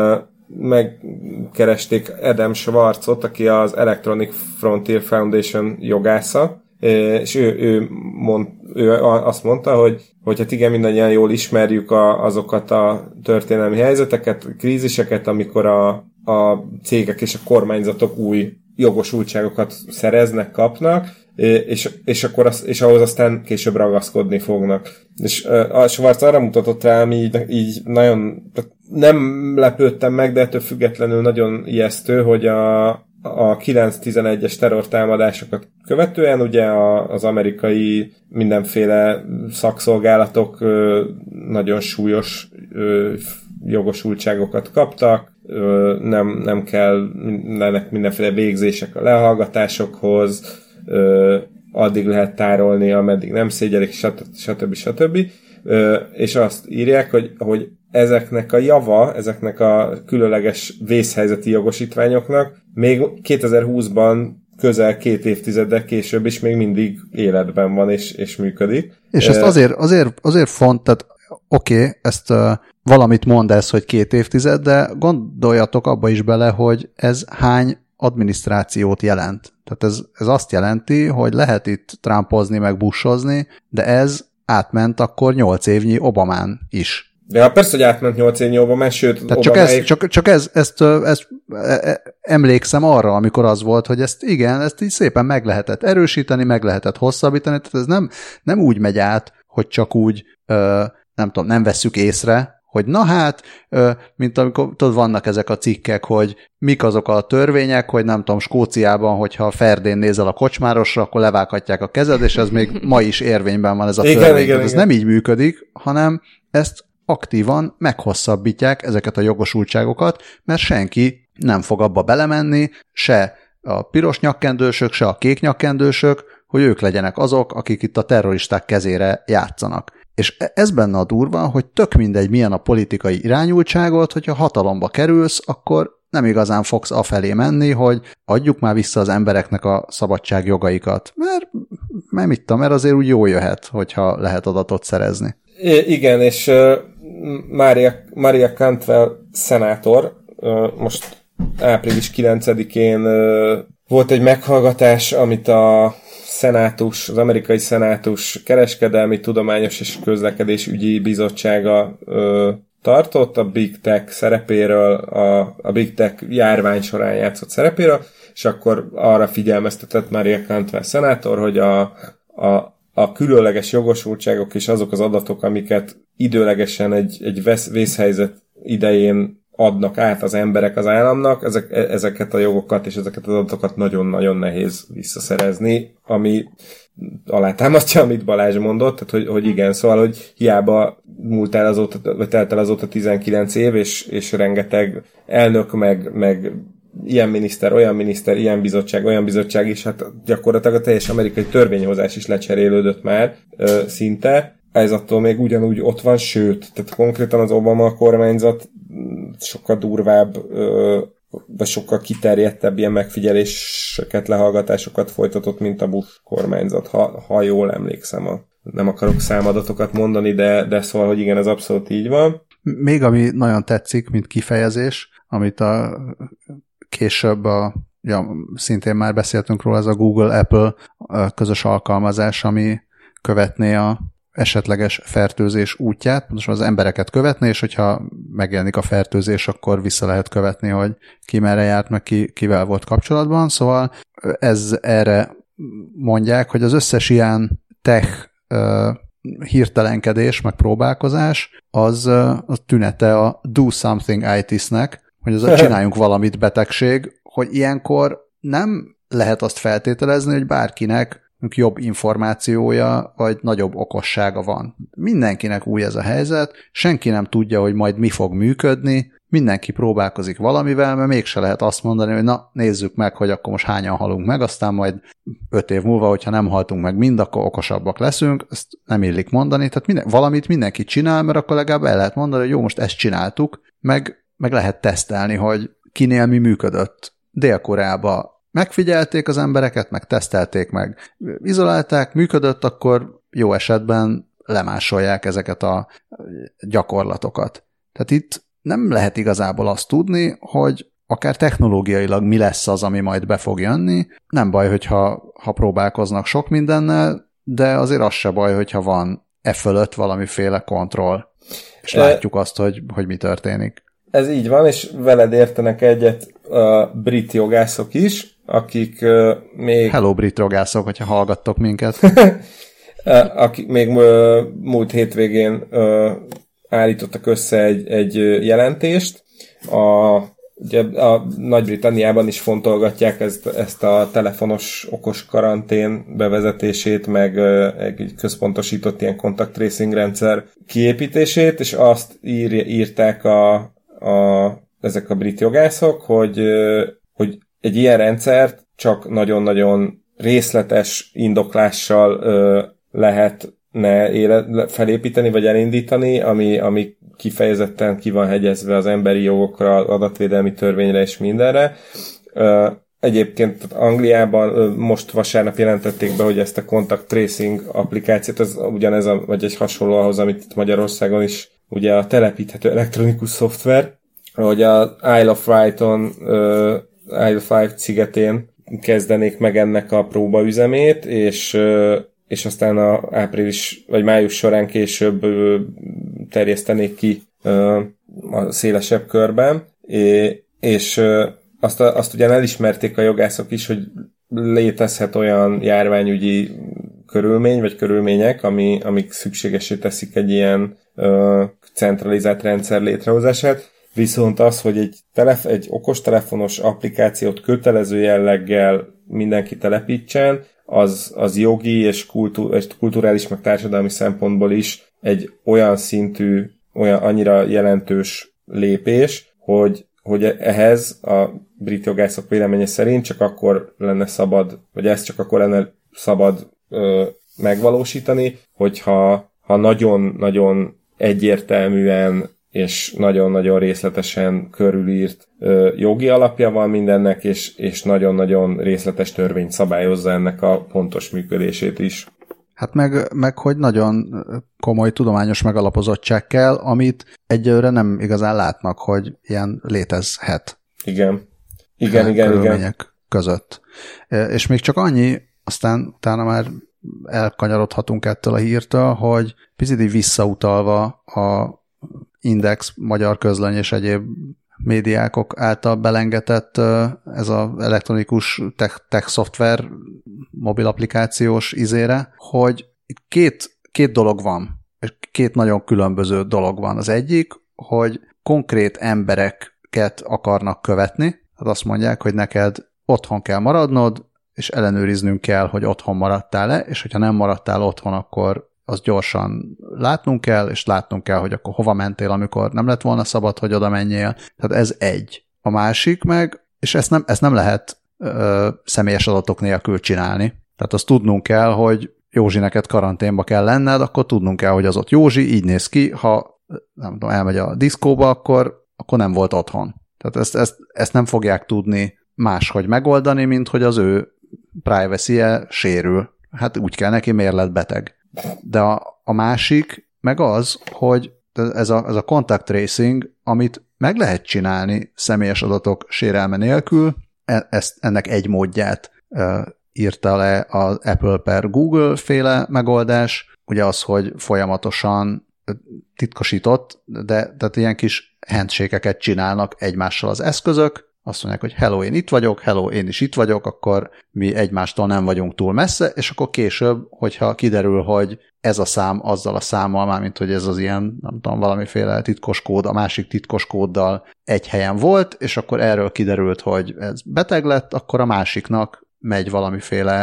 Megkeresték Adam Schwarzot, aki az Electronic Frontier Foundation jogásza, és ő, ő, mond, ő azt mondta, hogy, hogy hát igen, mindannyian jól ismerjük a, azokat a történelmi helyzeteket, kríziseket, amikor a, a cégek és a kormányzatok új jogosultságokat szereznek, kapnak, és, és, akkor az, és ahhoz aztán később ragaszkodni fognak. És a Schwarz arra mutatott rá, ami így, így nagyon nem lepődtem meg, de ettől függetlenül nagyon ijesztő, hogy a, a kilenc tizenegyes terrortámadásokat követően ugye a, az amerikai mindenféle szakszolgálatok nagyon súlyos jogosultságokat kaptak, nem, nem kell mindenféle végzések a lehallgatásokhoz, addig lehet tárolni, ameddig nem szégyelik, stb. stb. stb. És azt írják, hogy, hogy ezeknek a java, ezeknek a különleges vészhelyzeti jogosítványoknak még kétezer-húszban közel két évtizeddel később is még mindig életben van és, és működik. És ezt azért, azért, azért font, tehát oké, okay, ezt uh, valamit mond ez, hogy két évtized, de gondoljatok abba is bele, hogy ez hány adminisztrációt jelent. Tehát ez, ez azt jelenti, hogy lehet itt Trumpozni, meg bushozni, de ez átment akkor nyolc évnyi Obamán is. De hát persze, hogy átment nyolc évnyi Obamán, sőt, tehát csak, ez, csak, csak ez, ezt, ezt, ezt emlékszem arra, amikor az volt, hogy ezt igen, ezt így szépen meg lehetett erősíteni, meg lehetett hosszabbítani, tehát ez nem, nem úgy megy át, hogy csak úgy, nem tudom, nem vesszük észre, hogy na hát, mint amikor tudod, vannak ezek a cikkek, hogy mik azok a törvények, hogy nem tudom, Skóciában, hogyha Ferdén nézel a kocsmárosra, akkor levághatják a kezed, és ez még ma is érvényben van ez a törvény. Igen, igen, ez igen. Nem így működik, hanem ezt aktívan meghosszabbítják ezeket a jogosultságokat, mert senki nem fog abba belemenni, se a piros nyakkendősök, se a kék nyakkendősök, hogy ők legyenek azok, akik itt a terroristák kezére játszanak. És ez benne a durva, hogy tök mindegy, milyen a politikai irányultságot, hogyha hatalomba kerülsz, akkor nem igazán fogsz afelé menni, hogy adjuk már vissza az embereknek a szabadságjogaikat. Mert, mert mit tudom, mert azért úgy jól jöhet, hogyha lehet adatot szerezni. I- igen, és uh, Maria, Maria Cantwell szenátor uh, most április kilencedikén uh, volt egy meghallgatás, amit a szenátus, az amerikai szenátus kereskedelmi, tudományos és közlekedés ügyi bizottsága ö, tartott a Big Tech szerepéről, a, a Big Tech járvány során játszott szerepéről, és akkor arra figyelmeztetett Maria Cantwell szenátor, hogy a, a, a különleges jogosultságok és azok az adatok, amiket időlegesen egy, egy vesz, vészhelyzet idején adnak át az emberek az államnak, ezek, ezeket a jogokat és ezeket az adatokat nagyon-nagyon nehéz visszaszerezni, ami alátámasztja, amit Balázs mondott, tehát hogy, hogy igen, szóval, hogy hiába múlt el azóta, vagy telt el azóta tizenkilenc év, és, és rengeteg elnök, meg, meg ilyen miniszter, olyan miniszter, ilyen bizottság, olyan bizottság is, hát gyakorlatilag a teljes amerikai törvényhozás is lecserélődött már ö, szinte, ez attól még ugyanúgy ott van, sőt, tehát konkrétan az Obama kormányzat sokkal durvább, vagy sokkal kiterjedtebb ilyen megfigyeléseket, lehallgatásokat folytatott, mint a Bush kormányzat, ha, ha jól emlékszem. A, nem akarok számadatokat mondani, de, de szóval, hogy igen, ez abszolút így van. Még ami nagyon tetszik, mint kifejezés, amit a később a, ja, szintén már beszéltünk róla, ez a Google-Apple közös alkalmazás, ami követné a esetleges fertőzés útját, pontosan az embereket követni, és hogyha megjelenik a fertőzés, akkor vissza lehet követni, hogy ki merre járt, meg ki, kivel volt kapcsolatban. Szóval ez erre mondják, hogy az összes ilyen tech uh, hirtelenkedés, meg próbálkozás, az, uh, az tünete a do something itis-nek, hogy az a csináljunk valamit betegség, hogy ilyenkor nem lehet azt feltételezni, hogy bárkinek jobb információja, vagy nagyobb okossága van. Mindenkinek új ez a helyzet, senki nem tudja, hogy majd mi fog működni, mindenki próbálkozik valamivel, mert mégse lehet azt mondani, hogy na, nézzük meg, hogy akkor most hányan halunk meg, aztán majd öt év múlva, hogyha nem haltunk meg mind, akkor okosabbak leszünk, ezt nem illik mondani, tehát minden, valamit mindenki csinál, mert akkor legalább el lehet mondani, hogy jó, most ezt csináltuk, meg, meg lehet tesztelni, hogy kinél mi működött. Dél-Koreában megfigyelték az embereket, meg tesztelték, meg izolálták, működött, akkor jó esetben lemásolják ezeket a gyakorlatokat. Tehát itt nem lehet igazából azt tudni, hogy akár technológiailag mi lesz az, ami majd be fog jönni. Nem baj, hogyha ha próbálkoznak sok mindennel, de azért az se baj, hogyha van e fölött valamiféle kontroll, és e, látjuk azt, hogy, hogy mi történik. Ez így van, és veled értenek egyet a brit jogászok is, akik uh, még... Hello, brit jogászok, hogyha hallgattok minket. akik még uh, múlt hétvégén uh, állítottak össze egy, egy jelentést. A, ugye a Nagy-Britanniában is fontolgatják ezt, ezt a telefonos okos karantén bevezetését, meg egy központosított ilyen contact tracing rendszer kiépítését, és azt ír, írták a, a, ezek a brit jogászok, hogy, hogy egy ilyen rendszert csak nagyon-nagyon részletes indoklással lehet ne éle, felépíteni, vagy elindítani, ami, ami kifejezetten ki van hegyezve az emberi jogokra, az adatvédelmi törvényre és mindenre. Egyébként Angliában most vasárnap jelentették be, hogy ezt a contact tracing applikációt, ez ugyanez, a, vagy egy hasonló ahhoz, amit itt Magyarországon is, ugye a telepíthető elektronikus szoftver, hogy a Isle of Wight-on, Isle of Wight szigetén kezdenék meg ennek a próbaüzemét, és és aztán a április vagy május során később ö, terjesztenék ki ö, a szélesebb körben, é, és ö, azt, a, azt ugyan elismerték a jogászok is, hogy létezhet olyan járványügyi körülmény, vagy körülmények, ami, amik szükségesé teszik egy ilyen ö, centralizált rendszer létrehozását, viszont az, hogy egy, telef- egy okostelefonos applikációt kötelező jelleggel mindenki telepítsen, Az, az jogi és, kultúr, és kulturális, meg társadalmi szempontból is egy olyan szintű, olyan annyira jelentős lépés, hogy, hogy ehhez a brit jogászok véleménye szerint csak akkor lenne szabad, vagy ezt csak akkor lenne szabad ö, megvalósítani, hogyha ha nagyon-nagyon egyértelműen és nagyon-nagyon részletesen körülírt ö, jogi alapja van mindennek, és, és nagyon-nagyon részletes törvényt szabályozza ennek a pontos működését is. Hát meg, meg hogy nagyon komoly tudományos megalapozottság kell, amit egyelőre nem igazán látnak, hogy ilyen létezhet. Igen. Igen, igen, körülmények igen. között. És még csak annyi, aztán utána már elkanyarodhatunk ettől a hírtől, hogy picit így visszautalva a Index, Magyar Közlöny és egyéb médiákok által belengetett ez az elektronikus tech, tech szoftver mobil applikációs izére, hogy két, két dolog van, és két nagyon különböző dolog van. Az egyik, hogy konkrét embereket akarnak követni, tehát azt mondják, hogy neked otthon kell maradnod, és ellenőriznünk kell, hogy otthon maradtál-e, és hogyha nem maradtál otthon, akkor azt gyorsan látnunk kell, és látnunk kell, hogy akkor hova mentél, amikor nem lett volna szabad, hogy oda menjél. Tehát ez egy. A másik meg, és ezt nem, ezt nem lehet ö, személyes adatok nélkül csinálni. Tehát azt tudnunk kell, hogy Józsi, neked karanténba kell lenned, akkor tudnunk kell, hogy az ott Józsi, így néz ki, ha nem tudom, elmegy a diszkóba, akkor, akkor nem volt otthon. Tehát ezt, ezt, ezt nem fogják tudni máshogy megoldani, mint hogy az ő privacy-je sérül. Hát úgy kell neki, miért lett beteg. De a, a másik meg az, hogy ez a, ez a contact tracing, amit meg lehet csinálni személyes adatok sérelme nélkül, ezt, ennek egy módját e, írta le az Apple per Google féle megoldás, ugye az, hogy folyamatosan titkosított, de tehát ilyen kis handshake-eket csinálnak egymással az eszközök, azt mondják, hogy hello, én itt vagyok, hello, én is itt vagyok, akkor mi egymástól nem vagyunk túl messze, és akkor később, hogyha kiderül, hogy ez a szám azzal a számmal, mármint, hogy ez az ilyen, nem tudom, valamiféle titkos kód, a másik titkos kóddal egy helyen volt, és akkor erről kiderült, hogy ez beteg lett, akkor a másiknak megy valamiféle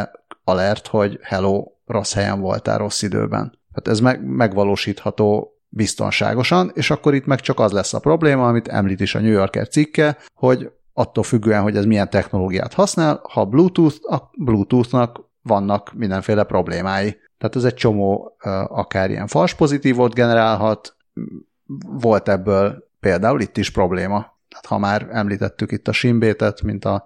alert, hogy hello, rossz helyen voltál, rossz időben. Hát ez meg, megvalósítható biztonságosan, és akkor itt meg csak az lesz a probléma, amit említ is a New Yorker cikke, hogy attól függően, hogy ez milyen technológiát használ, ha Bluetooth, a Bluetoothnak vannak mindenféle problémái. Tehát ez egy csomó akár ilyen fals pozitívot generálhat, volt ebből például itt is probléma. Tehát ha már említettük itt a Shinbait-et, mint a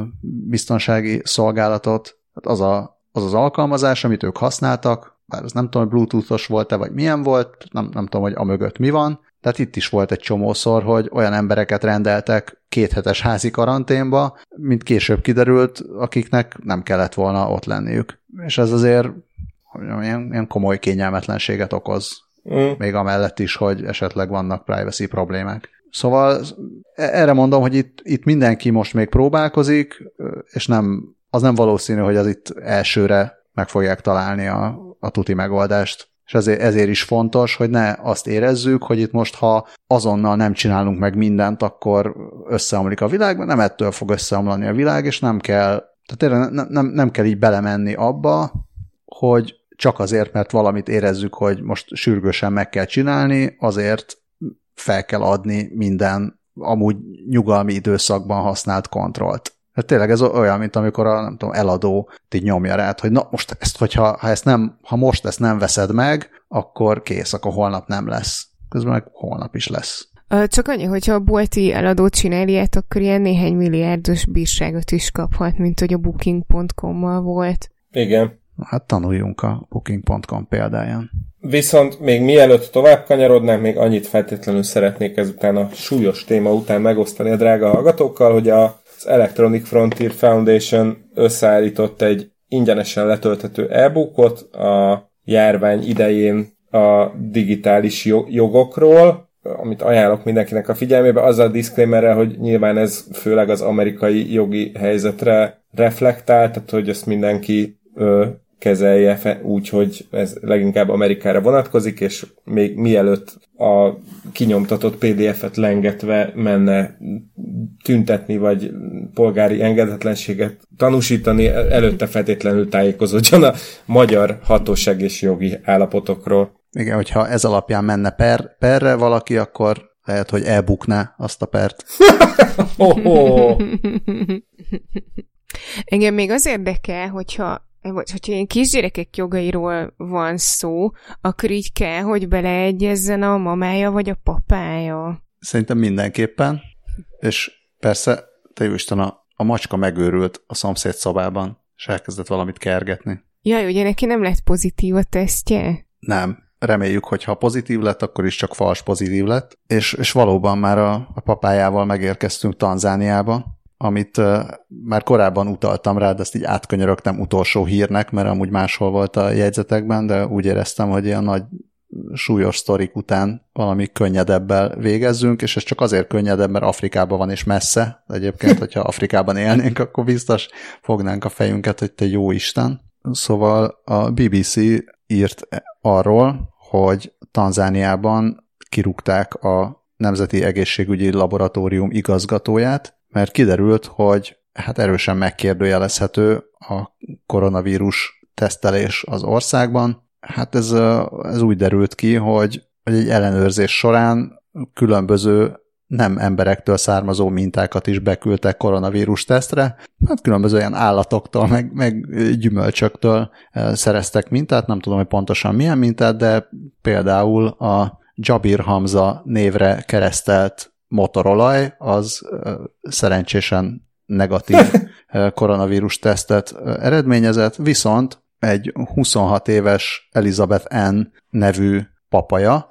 biztonsági szolgálatot, az, a, az az alkalmazás, amit ők használtak, bár az nem tudom, hogy Bluetooth-os volt-e, vagy milyen volt, nem, nem tudom, hogy amögött mi van, tehát itt is volt egy csomószor, hogy olyan embereket rendeltek kéthetes házi karanténba, mint később kiderült, akiknek nem kellett volna ott lenniük. És ez azért ilyen, ilyen komoly kényelmetlenséget okoz. Mm. Még amellett is, hogy esetleg vannak privacy problémák. Szóval erre mondom, hogy itt, itt mindenki most még próbálkozik, és nem, az nem valószínű, hogy az itt elsőre meg fogják találni a, a tuti megoldást. És ezért, ezért is fontos, hogy ne azt érezzük, hogy itt most, ha azonnal nem csinálunk meg mindent, akkor összeomlik a világ, nem ettől fog összeomlani a világ, és nem kell, tehát nem, nem, nem kell így belemenni abba, hogy csak azért, mert valamit érezzük, hogy most sürgősen meg kell csinálni, azért fel kell adni minden amúgy nyugalmi időszakban használt kontrollt. Hát tényleg ez olyan, mint amikor a nem tudom, eladó így nyomja rád, hogy na most ezt, hogyha ha, ezt nem, ha most ezt nem veszed meg, akkor kész, akkor holnap nem lesz. Közben meg holnap is lesz. Csak annyi, hogyha a bolti eladót csinálják, akkor ilyen néhány milliárdos bírságot is kaphat, mint hogy a booking pont com-mal volt. Igen. Hát tanuljunk a booking pont com példáján. Viszont még mielőtt tovább kanyarodnánk, még annyit feltétlenül szeretnék ezután a súlyos téma után megosztani a drága hallgatókkal, hogy a az Electronic Frontier Foundation összeállított egy ingyenesen letölthető e-bookot a járvány idején a digitális jogokról, amit ajánlok mindenkinek a figyelmébe, azzal a disclaimerrel, hogy nyilván ez főleg az amerikai jogi helyzetre reflektál, tehát hogy ezt mindenki ö, kezelje úgy, hogy ez leginkább Amerikára vonatkozik, és még mielőtt a kinyomtatott pé dé ef-et lengetve menne tüntetni, vagy polgári engedetlenséget tanúsítani, előtte feltétlenül tájékozódjon a magyar hatóság és jogi állapotokról. Igen, hogyha ez alapján menne per, perre valaki, akkor lehet, hogy elbukná azt a pert. oh, oh. Engem még az érdekel, hogyha vagy hogyha ilyen kisgyerekek jogairól van szó, akkor így kell, hogy beleegyezzen a mamája vagy a papája. Szerintem mindenképpen, és persze, te jó Isten, a, a macska megőrült a szomszéd szobában, és elkezdett valamit kergetni. Jaj, ugye neki nem lett pozitív a tesztje? Nem. Reméljük, hogy ha pozitív lett, akkor is csak fals pozitív lett. És, és valóban már a, a papájával megérkeztünk Tanzániába, amit uh, már korábban utaltam rá, de ezt így átkönyörögtem utolsó hírnek, mert amúgy máshol volt a jegyzetekben, de úgy éreztem, hogy ilyen nagy súlyos sztorik után valami könnyedebbel végezzünk, és ez csak azért könnyedebb, mert Afrikában van és messze. Egyébként, hogyha Afrikában élnénk, akkor biztos fognánk a fejünket, hogy te jó Isten. Szóval a bé bé cé írt arról, hogy Tanzániában kirúgták a Nemzeti Egészségügyi Laboratórium igazgatóját, mert kiderült, hogy hát erősen megkérdőjelezhető a koronavírus tesztelés az országban. Hát ez, ez úgy derült ki, hogy, hogy egy ellenőrzés során különböző nem emberektől származó mintákat is beküldtek koronavírus tesztre. Hát különböző ilyen állatoktól, meg, meg gyümölcsöktől szereztek mintát, nem tudom, hogy pontosan milyen mintát, de például a Jabir Hamza névre keresztelt motorolaj, az szerencsésen negatív koronavírus tesztet eredményezett, viszont egy huszonhat éves Elizabeth N. nevű papaja,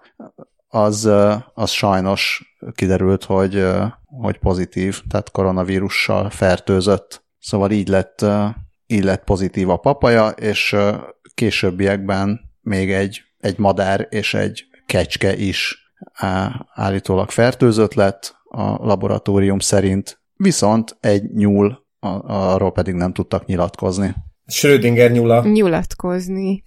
az, az sajnos kiderült, hogy, hogy pozitív, tehát koronavírussal fertőzött. Szóval így lett, így lett pozitív a papaja, és későbbiekben még egy, egy madár és egy kecske is állítólag fertőzött lett a laboratórium szerint, viszont egy nyúl, arról pedig nem tudtak nyilatkozni. Schrödinger nyula. Nyilatkozni.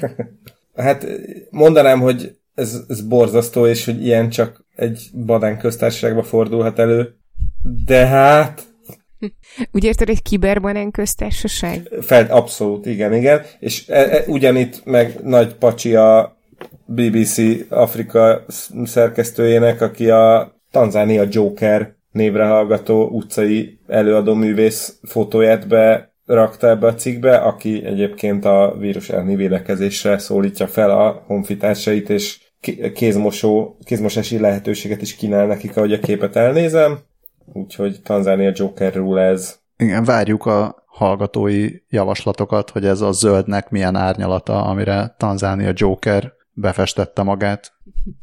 Hát mondanám, hogy ez, ez borzasztó, és hogy ilyen csak egy badán köztársaságba fordulhat elő, de hát Úgy érted, egy kiberbanán köztársaság? Fel, abszolút, igen, igen. És e, e, ugyanitt meg nagy pacsi a bé bé cé Afrika szerkesztőjének, aki a Tanzánia Joker névre hallgató utcai előadóművész fotóját be rakta ebbe a cikkbe, aki egyébként a vírus elleni védekezésre szólítja fel a honfitársait, és kézmosó, kézmosási lehetőséget is kínál nekik, ahogy a képet elnézem. Úgyhogy Tanzánia Joker rule ez. Igen, várjuk a hallgatói javaslatokat, hogy ez a zöldnek milyen árnyalata, amire Tanzánia Joker befestette magát.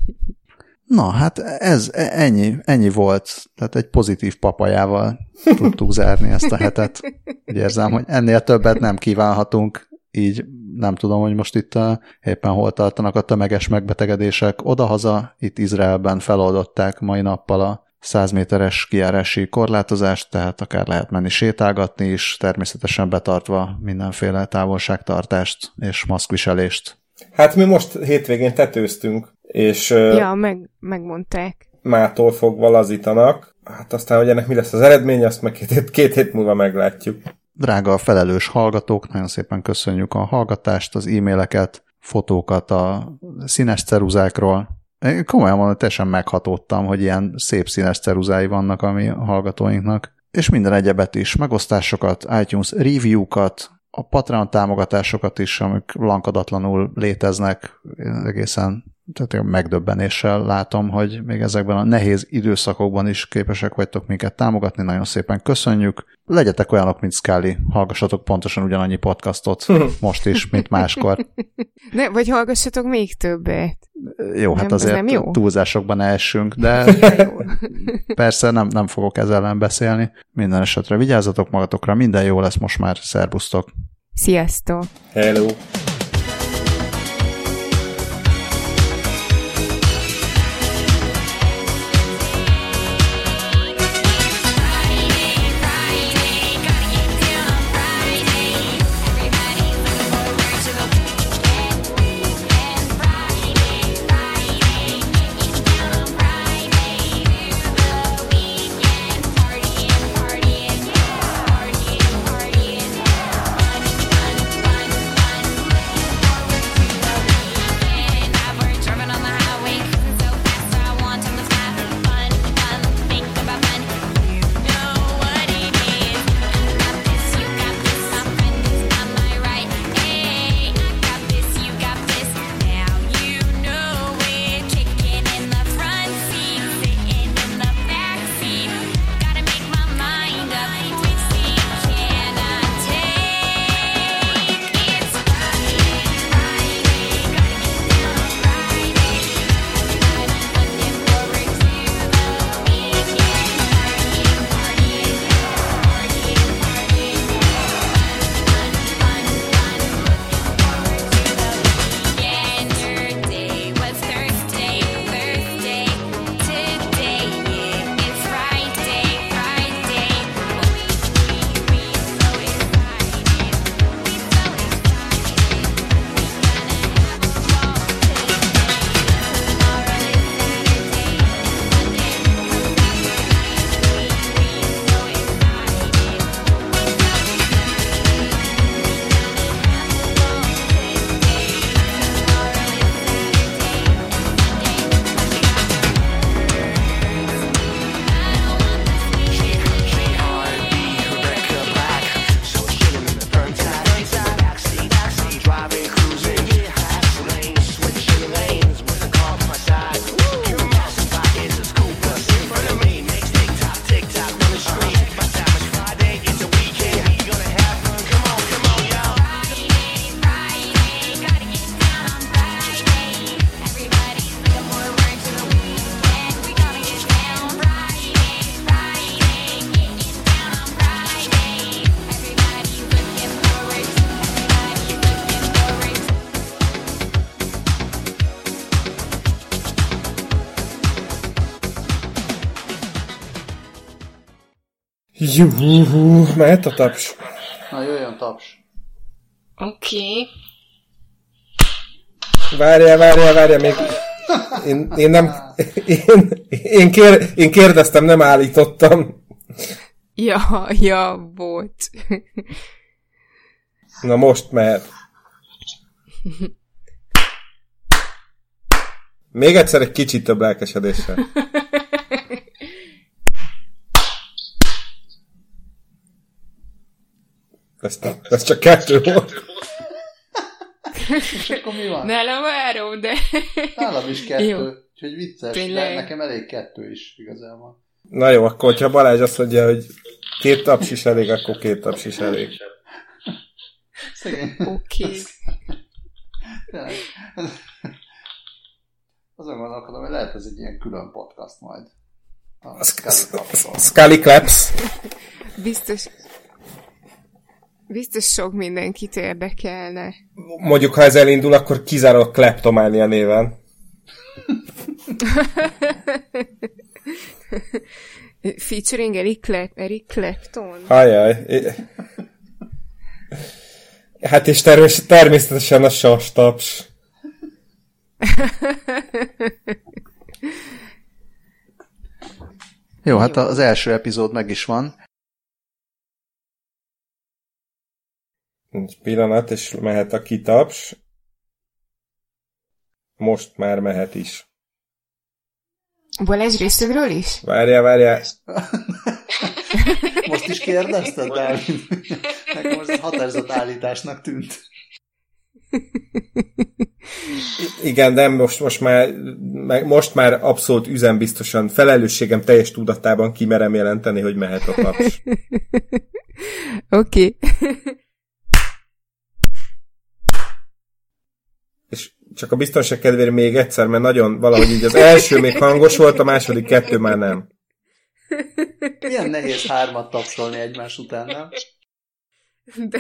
Na, hát ez ennyi, ennyi volt. Tehát egy pozitív papajával tudtuk zárni ezt a hetet. Úgy érzem, hogy ennél többet nem kívánhatunk, így nem tudom, hogy most itt a, éppen hol tartanak a tömeges megbetegedések. Odahaza, itt Izraelben feloldották mai nappal a száz méteres kijárási korlátozást, tehát akár lehet menni sétálgatni is, természetesen betartva mindenféle távolságtartást és maszkviselést. Hát mi most hétvégén tetőztünk, és ja, meg, megmondták. Mától fogva lazítanak. Hát aztán, hogy ennek mi lesz az eredmény, azt meg két hét, két hét múlva meglátjuk. Drága felelős hallgatók, nagyon szépen köszönjük a hallgatást, az e-maileket, fotókat a színes ceruzákról. Én komolyan mondom, hogy teljesen meghatódtam, hogy ilyen szép színes ceruzái vannak a mi hallgatóinknak. És minden egyebet is, megosztásokat, iTunes review-kat, a Patreon támogatásokat is, amik lankadatlanul léteznek, egészen tehát megdöbbenéssel látom, hogy még ezekben a nehéz időszakokban is képesek vagytok minket támogatni, nagyon szépen köszönjük. Legyetek olyanok, mint Scully, hallgassatok pontosan ugyanannyi podcastot most is, mint máskor. Ne, vagy hallgassatok még többet. Jó, nem, hát azért nem jó? Túlzásokban essünk, de persze nem, nem fogok ezzel ellen beszélni. Minden esetre vigyázzatok magatokra, minden jó lesz most már, szervusztok! Sziasztok! Hello! Juhu, mehet a taps. Na, jöjjön taps. Oké. Okay. Várjál, várjál, várjál, még... Én, én nem... Én, én, kér, én kérdeztem, nem állítottam. Ja, ja, volt. Na most mehet. Még egyszer egy kicsit több lelkesedéssel. Ez, ez csak kettő volt. És akkor mi van? Nálam várom, de... Nálam is kettő, jó. Úgyhogy vicces, Tényleg. de nekem elég kettő is igazából. Na jó, akkor ha Balázs azt mondja, hogy két taps is elég, akkor két taps is elég. Szegény. Oké. Okay. Azon gondolkodom, hogy lehet ez egy ilyen külön podcast majd. A Scully Claps. Biztos... Biztos sok mindenkit érdekelne. Mondjuk, ha ez elindul, akkor kizárólag Kleptománia néven. Featuring Eric, Clap- Eric Clapton. Ajaj. Hát és termés, természetesen a sastaps. Jó, hát az első epizód meg is van. Egy pillanat, és mehet a kitaps. Most már mehet is. Balázs részedről is? Várjál, várjál. Most is kérdezted, Dávid? Nekem most határozott állításnak tűnt. Igen, de most, most, már, most már abszolút üzembiztosan, felelősségem teljes tudatában kimerem jelenteni, hogy mehet a taps. Oké. És csak a biztonság kedvéért még egyszer, mert nagyon valahogy így az első még hangos volt, a második kettő már nem. Milyen nehéz hármat tapsolni egymás után, nem? De...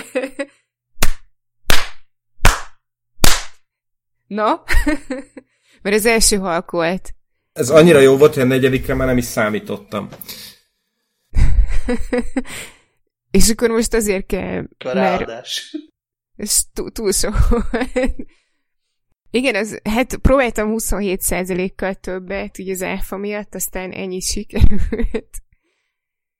Na? Mert az első halk volt. Ez annyira jó volt, hogy a negyedikre már nem is számítottam. És akkor most azért kell... Ráadás. Ez túl, túl sok. Igen, az, hát próbáltam huszonhét százalékkal többet, így az áfa miatt, aztán ennyi sikerült.